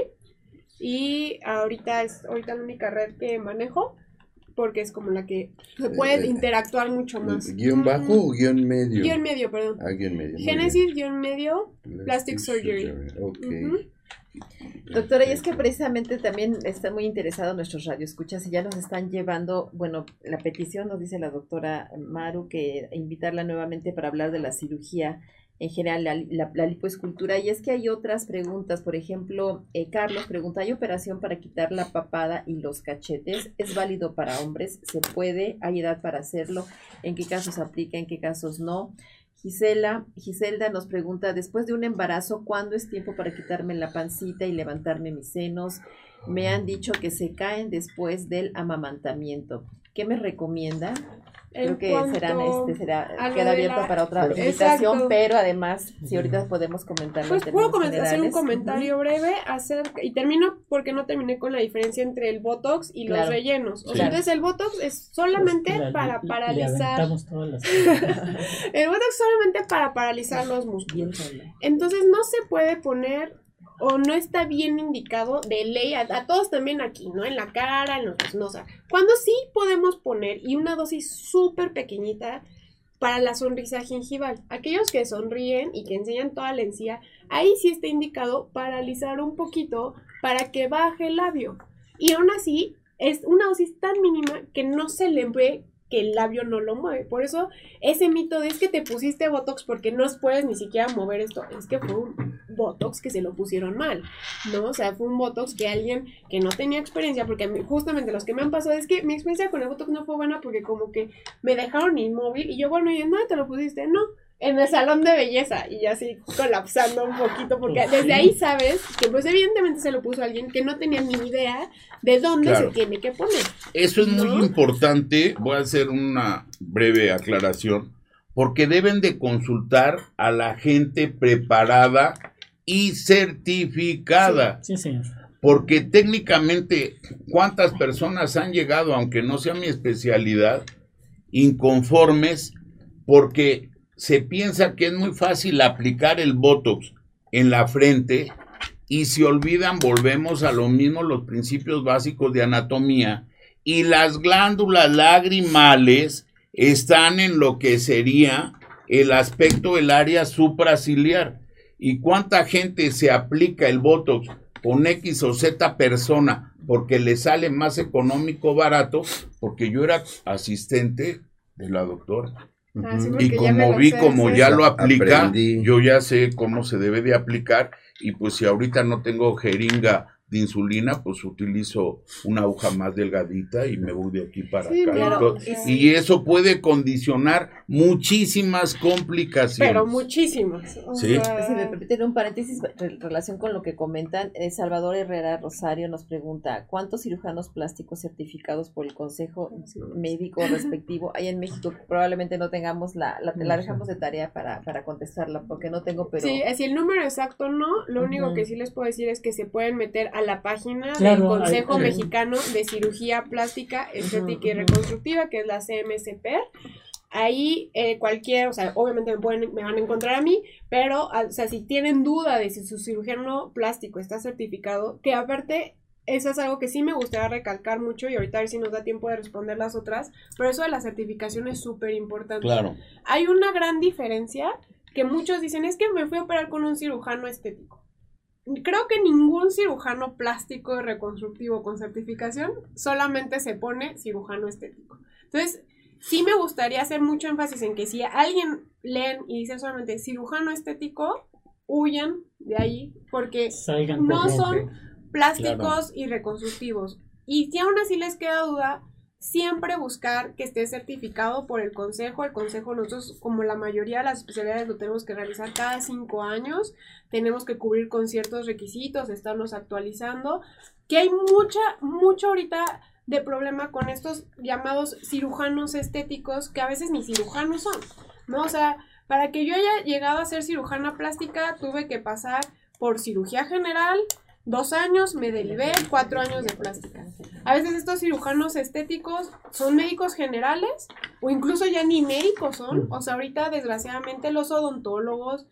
y ahorita es la única red que manejo, porque es como la que se puede interactuar mucho más. ¿Guión bajo o guión medio? Guión medio, perdón. Guión medio. Genesis-medio Plastic Surgery. Ok. Doctora, y es que precisamente también están muy interesados nuestros radioescuchas y ya nos están llevando, bueno, la petición nos dice la doctora Maru que invitarla nuevamente para hablar de la cirugía en general, la lipoescultura, y es que hay otras preguntas. Por ejemplo, Carlos pregunta, ¿hay operación para quitar la papada y los cachetes? ¿Es válido para hombres? ¿Se puede? ¿Hay edad para hacerlo? ¿En qué casos aplica? ¿En qué casos no? Giselda nos pregunta, después de un embarazo, ¿cuándo es tiempo para quitarme la pancita y levantarme mis senos? Me han dicho que se caen después del amamantamiento. ¿Qué me recomienda? Creo que queda abierta para otra invitación, pero además, si ahorita podemos comentarlo. Pues puedo hacer un comentario breve y termino porque no terminé con la diferencia entre el Botox y los rellenos. O sea, entonces el Botox es solamente para paralizar. El Botox solamente para paralizar los músculos. Entonces no se puede poner o no está bien indicado de ley a todos también aquí, ¿no? En la cara, en los ojos, no, o sea, cuando sí podemos poner y una dosis súper pequeñita para la sonrisa gingival. Aquellos que sonríen y que enseñan toda la encía, ahí sí está indicado paralizar un poquito para que baje el labio. Y aún así es una dosis tan mínima que no se le ve que el labio no lo mueve. Por eso ese mito de es que te pusiste Botox porque no puedes ni siquiera mover esto, es que fue un Botox que se lo pusieron mal, ¿no? O sea, fue un Botox que alguien que no tenía experiencia, porque justamente los que me han pasado es que mi experiencia con el Botox no fue buena porque como que me dejaron inmóvil y yo, bueno, ¿y en dónde te lo pusiste? No, en el salón de belleza y así colapsando un poquito, porque desde ahí sabes que pues evidentemente se lo puso alguien que no tenía ni idea de dónde se tiene que poner. Eso es muy importante. Voy a hacer una breve aclaración, porque deben de consultar a la gente preparada y certificada. Sí, señor. Porque técnicamente, ¿cuántas personas han llegado, aunque no sea mi especialidad, inconformes porque se piensa que es muy fácil aplicar el Botox en la frente y se olvidan, volvemos a lo mismo, los principios básicos de anatomía, y las glándulas lagrimales están en lo que sería el aspecto del área supraciliar. ¿Y cuánta gente se aplica el Botox con X o Z persona porque le sale más económico, barato? Porque yo era asistente de la doctora. Y como vi cómo ya lo aplica, aprendí. Yo ya sé cómo se debe de aplicar, y pues si ahorita no tengo jeringa de insulina, pues utilizo una aguja más delgadita y me voy de aquí para acá. Claro, y eso puede condicionar muchísimas complicaciones. Pero muchísimas. ¿Sí? Si me permiten un paréntesis en relación con lo que comentan, Salvador Herrera Rosario nos pregunta, ¿cuántos cirujanos plásticos certificados por el Consejo Médico respectivo hay en México? Probablemente no tengamos la dejamos de tarea para contestarla, porque no tengo, pero... Sí, si el número exacto no, lo único que sí les puedo decir es que se pueden meter a la página del Consejo Mexicano de Cirugía Plástica, Estética y Reconstructiva, que es la CMSP. Ahí cualquier, o sea, obviamente me van a encontrar a mí, pero, o sea, si tienen duda de si su cirujano plástico está certificado, que aparte, eso es algo que sí me gustaría recalcar mucho, y ahorita a ver si nos da tiempo de responder las otras, pero eso de la certificación es súper importante. Claro. Hay una gran diferencia que muchos dicen, es que me fui a operar con un cirujano estético. Creo que ningún cirujano plástico y reconstructivo con certificación solamente se pone cirujano estético. Entonces, sí me gustaría hacer mucho énfasis en que si alguien leen y dice solamente cirujano estético, huyan de ahí, porque no son plásticos y reconstructivos. Y si aún así les queda duda, siempre buscar que esté certificado por el Consejo. El Consejo, nosotros, como la mayoría de las especialidades, lo tenemos que realizar cada 5 años. Tenemos que cubrir con ciertos requisitos, estarnos actualizando. Que hay mucho ahorita de problema con estos llamados cirujanos estéticos, que a veces ni cirujanos son, ¿no? O sea, para que yo haya llegado a ser cirujana plástica, tuve que pasar por cirugía general, 2 años, me derivé, 4 años de plástica. A veces estos cirujanos estéticos son médicos generales, o incluso ya ni médicos son. O sea, ahorita desgraciadamente los odontólogos,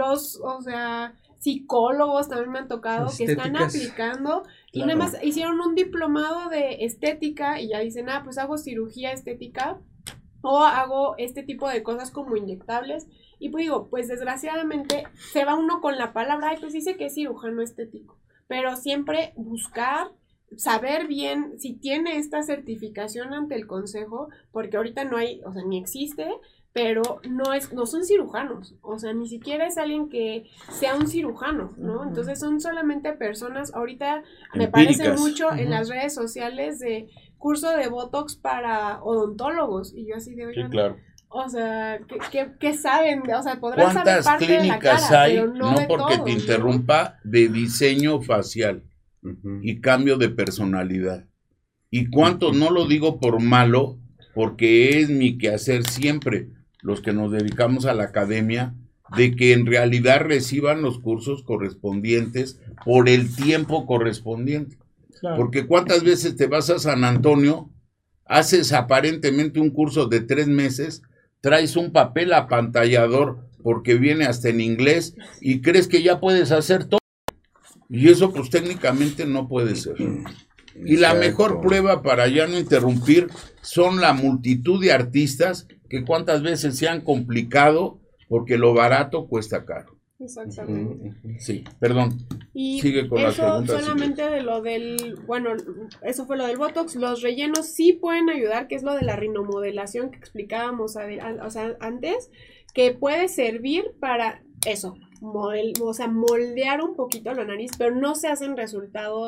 psicólogos también me han tocado, que están aplicando, y nada más hicieron un diplomado de estética y ya dicen, pues hago cirugía estética o hago este tipo de cosas como inyectables. Y pues digo, pues desgraciadamente se va uno con la palabra, pues dice que es cirujano estético, pero siempre buscar, saber bien si tiene esta certificación ante el Consejo, porque ahorita no hay, o sea, ni existe, pero no son cirujanos, o sea, ni siquiera es alguien que sea un cirujano, ¿no? Entonces son solamente personas, ahorita me parece mucho en las redes sociales de curso de Botox para odontólogos, y yo así de, oigan, sí, claro. O sea, ¿qué saben? O sea, podrán saber parte de la cara, ¿cuántas clínicas hay, pero no porque todo, te interrumpa, de diseño facial y cambio de personalidad? ¿Y cuántos? No lo digo por malo, porque es mi quehacer siempre, los que nos dedicamos a la academia, de que en realidad reciban los cursos correspondientes por el tiempo correspondiente. Claro. Porque cuántas veces te vas a San Antonio, haces aparentemente un curso de 3 meses, traes un papel apantallador porque viene hasta en inglés y crees que ya puedes hacer todo. Y eso pues técnicamente no puede ser. Y la mejor prueba, para ya no interrumpir, son la multitud de artistas que cuántas veces se han complicado porque lo barato cuesta caro. Exactamente. Sí, perdón. Y sigue con las preguntas. Solamente de lo del, bueno, eso fue lo del Botox. Los rellenos sí pueden ayudar, que es lo de la rinomodelación que explicábamos antes, que puede servir para eso, moldear un poquito la nariz, pero no se hacen resultados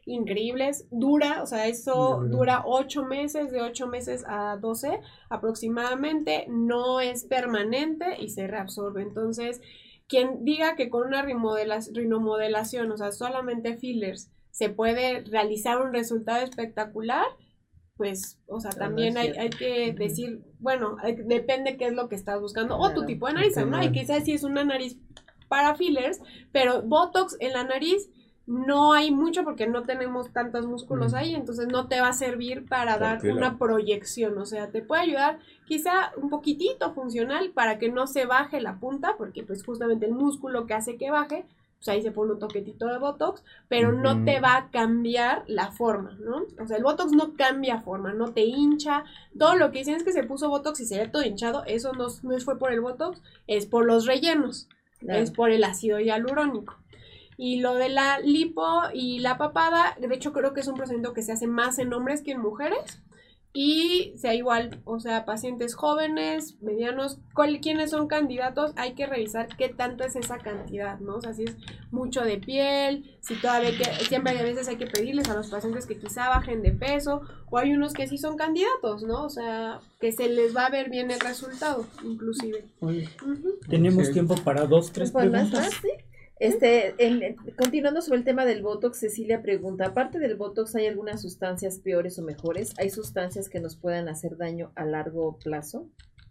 increíbles. Dura, o sea, eso dura 8 meses, de 8 meses a 12 aproximadamente, no es permanente y se reabsorbe. Entonces, quien diga que con una rinomodelación, o sea, solamente fillers, se puede realizar un resultado espectacular, pues, o sea, también hay que decir, bueno, depende qué es lo que estás buscando, o tu tipo de nariz, ¿no? Y quizás si es una nariz para fillers, pero Botox en la nariz no hay mucho porque no tenemos tantos músculos ahí, entonces no te va a servir para dar una proyección, o sea, te puede ayudar quizá un poquitito funcional para que no se baje la punta, porque pues justamente el músculo que hace que baje, pues ahí se pone un toquetito de Botox, pero no te va a cambiar la forma, ¿no? O sea, el Botox no cambia forma, no te hincha, todo lo que dicen es que se puso Botox y se ve todo hinchado, eso no fue por el Botox, es por los rellenos, es por el ácido hialurónico. Y lo de la lipo y la papada, de hecho creo que es un procedimiento que se hace más en hombres que en mujeres, y sea igual, o sea, pacientes jóvenes, medianos, quienes son candidatos, hay que revisar qué tanto es esa cantidad, ¿no? O sea, si es mucho de piel, si todavía siempre a veces hay que pedirles a los pacientes que quizá bajen de peso, o hay unos que sí son candidatos, ¿no? O sea, que se les va a ver bien el resultado, inclusive. Tenemos tiempo para 2, 3 preguntas. ¿Sí? Continuando sobre el tema del Botox, Cecilia pregunta, aparte del Botox, ¿hay algunas sustancias peores o mejores? ¿Hay sustancias que nos puedan hacer daño a largo plazo?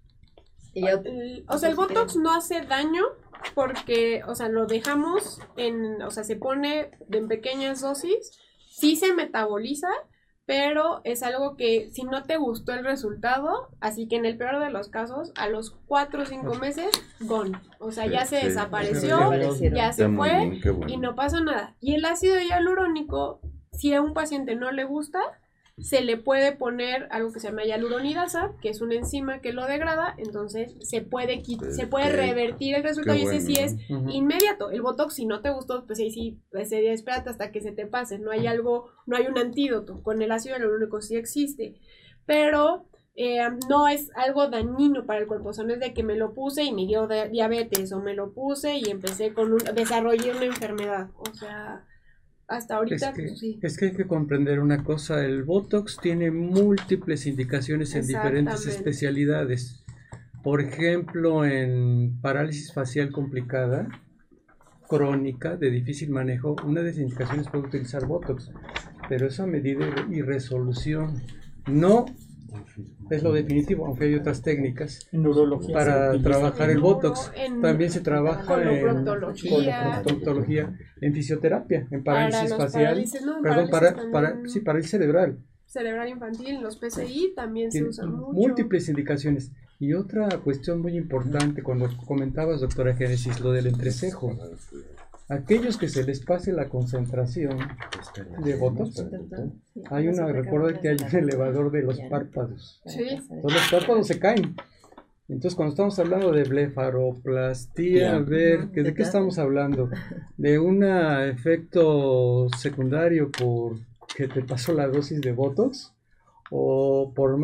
O sea, el Botox no hace daño porque, o sea, lo dejamos o sea, se pone en pequeñas dosis, sí se metaboliza, pero es algo que si no te gustó el resultado, así que en el peor de los casos, a los 4 o 5 meses, gone. O sea, ya se desapareció, ya se fue y no pasa nada. Y el ácido hialurónico, si a un paciente no le gusta, se le puede poner algo que se llama hialuronidasa, que es una enzima que lo degrada, entonces se puede revertir el resultado, y ese sí es inmediato. El Botox, si no te gustó, pues ahí sí, ese día espérate hasta que se te pase, no hay un antídoto. Con el ácido hialurónico sí existe, pero no es algo dañino para el cuerpo, o sea, no es de que me lo puse y me dio diabetes, o me lo puse y empecé desarrollé una enfermedad, o sea, hasta ahorita sí. Es que hay que comprender una cosa, el Botox tiene múltiples indicaciones en diferentes especialidades. Por ejemplo, en parálisis facial complicada, crónica, de difícil manejo, una de las indicaciones puede utilizar Botox, pero eso a medida y resolución. No es lo definitivo, aunque hay otras técnicas en neurología para trabajar el Botox. También se trabaja en coloproctología, en fisioterapia, en parálisis facial, parálisis cerebral infantil, los PCI también se usan mucho. Múltiples indicaciones. Y otra cuestión muy importante, cuando comentabas, doctora Génesis, lo del entrecejo. Aquellos que se les pase la concentración de Botox, recuerda que hay un elevador de los párpados. Sí. Entonces los párpados se caen. Entonces cuando estamos hablando de blefaroplastia, ¿de qué estamos hablando? ¿De un efecto secundario por que te pasó la dosis de Botox? ¿O por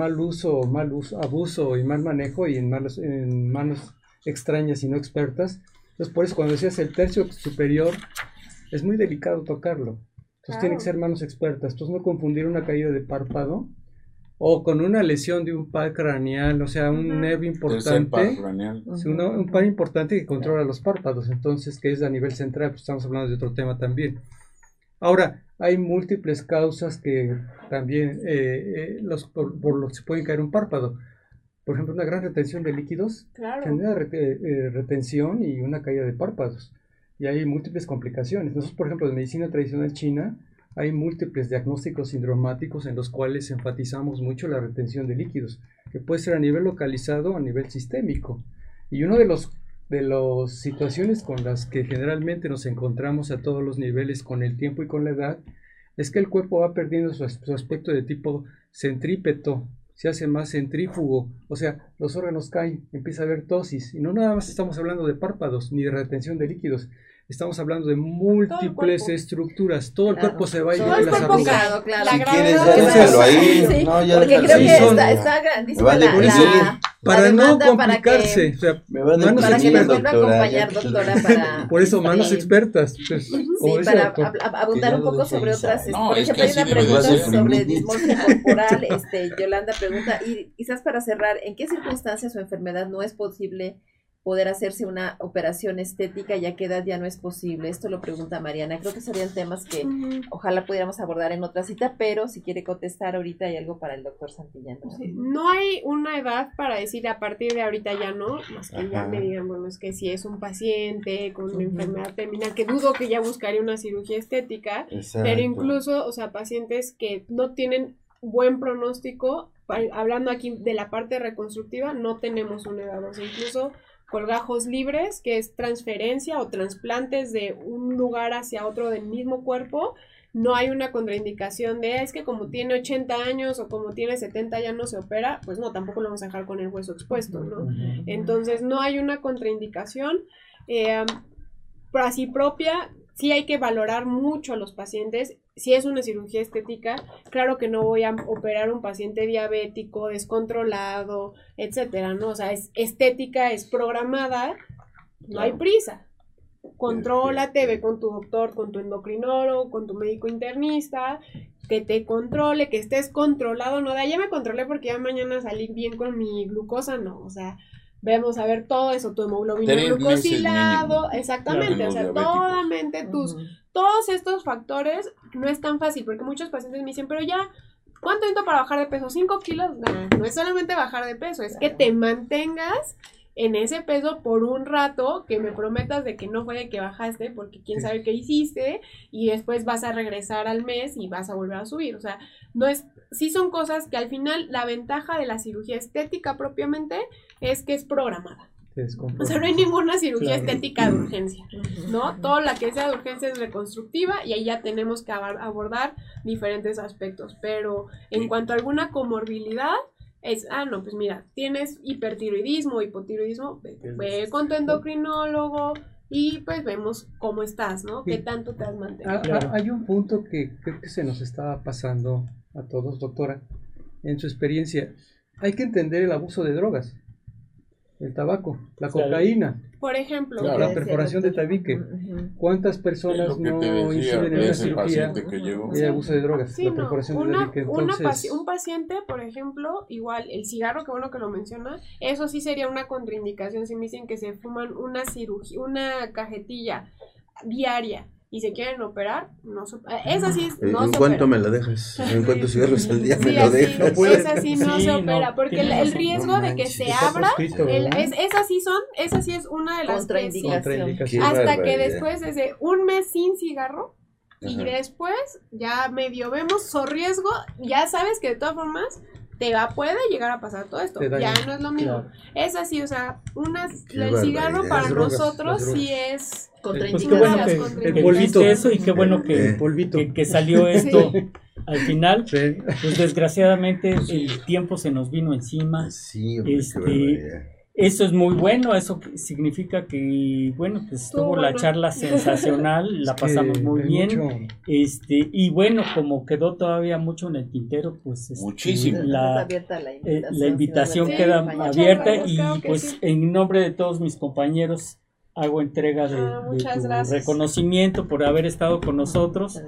abuso y mal manejo y en manos extrañas y no expertas? Entonces, por eso cuando decías el tercio superior, es muy delicado tocarlo. Entonces, tiene que ser manos expertas. Entonces, no confundir una caída de párpado o con una lesión de un par craneal, o sea, un nervio importante. Un par importante que controla los párpados. Entonces, que es a nivel central, pues estamos hablando de otro tema también. Ahora, hay múltiples causas que también por lo que se puede caer un párpado. Por ejemplo, una gran retención de líquidos genera retención y una caída de párpados. Y hay múltiples complicaciones. Nosotros, por ejemplo, en medicina tradicional china, hay múltiples diagnósticos sindromáticos en los cuales enfatizamos mucho la retención de líquidos, que puede ser a nivel localizado o a nivel sistémico. Y uno de las situaciones con las que generalmente nos encontramos a todos los niveles con el tiempo y con la edad, es que el cuerpo va perdiendo su aspecto de tipo centrípeto, se hace más centrífugo, o sea, los órganos caen, empieza a haber tosis, y no nada más estamos hablando de párpados ni de retención de líquidos, estamos hablando de múltiples estructuras, todo el cuerpo se va a ir a las arrugas. Si quieres, ya déjalo ahí. Sí, no, ya porque creo que está grandísima para no demanda para complicarse. que- O sea, Me van a manos Para que nos expertas, vuelva a doctora, acompañar, ya. doctora, para... por eso, manos expertas. Pues, como Sí, dice para el doctor. abundar un Que no lo poco deje sobre ahí, otras, ¿sabes? No, por es ejemplo, que hay así una de verdad pregunta se sobre limita. dismorfia corporal, Yolanda pregunta, y quizás para cerrar, ¿en qué circunstancias o enfermedad no es posible poder hacerse una operación estética, ya que edad ya no es posible? Esto lo pregunta Mariana. Creo que serían temas que ojalá pudiéramos abordar en otra cita, pero si quiere contestar ahorita hay algo para el doctor Santillán, ¿no? No hay una edad para decir a partir de ahorita ya no, más que ya Ajá. me digan, bueno, es que si es un paciente con una Ujú. enfermedad terminal, que dudo que ya buscaría una cirugía estética, Exacto. pero incluso, o sea, pacientes que no tienen buen pronóstico, hablando aquí de la parte reconstructiva, no tenemos una edad, o sea, incluso colgajos libres, que es transferencia o trasplantes de un lugar hacia otro del mismo cuerpo, no hay una contraindicación de, es que como tiene 80 años o como tiene 70 ya no se opera, pues no, tampoco lo vamos a dejar con el hueso expuesto, ¿no? Entonces no hay una contraindicación, pero así propia, sí hay que valorar mucho a los pacientes. Si es una cirugía estética, claro que no voy a operar un paciente diabético, descontrolado, etcétera, ¿no? O sea, es estética, es programada, no hay prisa. Contrólate, ve con tu doctor, con tu endocrinólogo, con tu médico internista, que te controle, que estés controlado, no de ya me controlé porque ya mañana salí bien con mi glucosa, no, o sea, vemos a ver todo eso, tu hemoglobina 3 meses glucosilado, mínimo. exactamente, Claro, o sea, en los diabéticos. totalmente todos estos factores no es tan fácil, porque muchos pacientes me dicen, pero ya, ¿cuánto necesito para bajar de peso? 5 kilos, no es solamente bajar de peso, es que te mantengas en ese peso por un rato, que me prometas de que no fue de que bajaste, porque quién sabe qué hiciste, y después vas a regresar al mes y vas a volver a subir, o sea, no es, sí son cosas que al final la ventaja de la cirugía estética propiamente es que es programada. O sea, no hay ninguna cirugía Claro. estética de urgencia, ¿no? Toda la que sea de urgencia es reconstructiva y ahí ya tenemos que abordar diferentes aspectos, pero en cuanto a alguna comorbilidad, es, no, pues mira, tienes hipertiroidismo, hipotiroidismo, ve con tu endocrinólogo y pues vemos cómo estás, ¿no? ¿Qué tanto te has mantenido? Claro. Hay un punto que creo que se nos está pasando a todos, doctora, en su experiencia. Hay que entender el abuso de drogas, el tabaco, la Claro. cocaína, Por ejemplo, Claro. la perforación de tabique. ¿Cuántas Es personas lo que te no decía inciden en de una ese cirugía paciente que llegó. de abuso de drogas? sí, la no, perforación de tabique. Entonces, un paciente, por ejemplo, igual el cigarro, que bueno que lo menciona, eso sí sería una contraindicación si me dicen que se fuman una cirugía, una cajetilla diaria y se quieren operar, no esa sí es, no ¿En se cuánto opera. me la dejas? ¿En cuántos cigarros al día me Sí, lo así, dejas? esa sí no Sí, se no, opera, porque tienes el razón. riesgo No de que manches. se Está abra, proscrito, ¿verdad? esa sí es una de las que sí, Contraindicación. Qué hasta que barbaridad. después desde un mes sin cigarro y Ajá. después ya medio vemos su riesgo, ya sabes que de todas formas puede llegar a pasar todo esto, Te daña. ya no es lo mismo. Claro. Es así, o sea, Qué el cigarro barbaridad. para Las drogas, nosotros las sí drogas. es Pues qué Contraindicación. bueno Una de las que contraindicaciones. dijiste eso y qué bueno El polvito. que salió esto al final. Sí. Pues desgraciadamente el tiempo se nos vino encima. Sí, hombre, qué Este, barbaridad. Eso es muy bueno, eso significa que, bueno, pues estuvo la buena. charla sensacional, la Es que pasamos muy hay bien. mucho- Y bueno, como quedó todavía mucho en el tintero, pues Muchísimo. Está la abierta la invitación. la invitación Sí, queda muchas abierta gracias, y claro que pues sí. en nombre de todos mis compañeros hago entrega de Muchas tu gracias. reconocimiento por haber estado con nosotros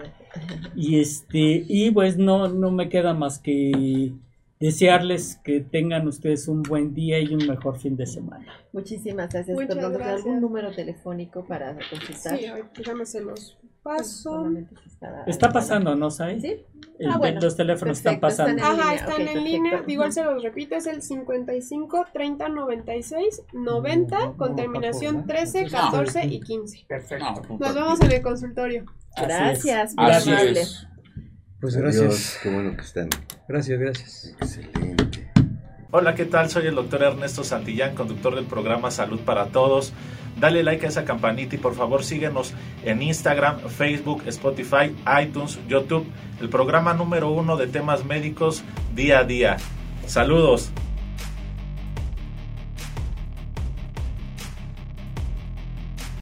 y pues no me queda más que desearles que tengan ustedes un buen día y un mejor fin de semana. Muchísimas gracias. Muchas Perdón, gracias. ¿algún número telefónico para consultar? Sí, ahorita déjame se los paso. Solamente se estaba Está agregando. pasando, ¿no, Sai? ¿Sí? Bueno, los teléfonos están perfecto, pasando. están Ajá, línea, están ok, en perfecto. línea. Igual Ujú. se los repito, es el 55 30 96 90 con terminación 13, 14 y 15. Perfecto. Nos vemos en el consultorio. Así es. Gracias, muy Así amable. es. Pues Adiós, gracias. qué bueno que están. Gracias. Excelente. Hola, ¿qué tal? Soy el doctor Ernesto Santillán, conductor del programa Salud para Todos. Dale like a esa campanita y por favor síguenos en Instagram, Facebook, Spotify, iTunes, YouTube. El programa número 1 de temas médicos día a día. Saludos.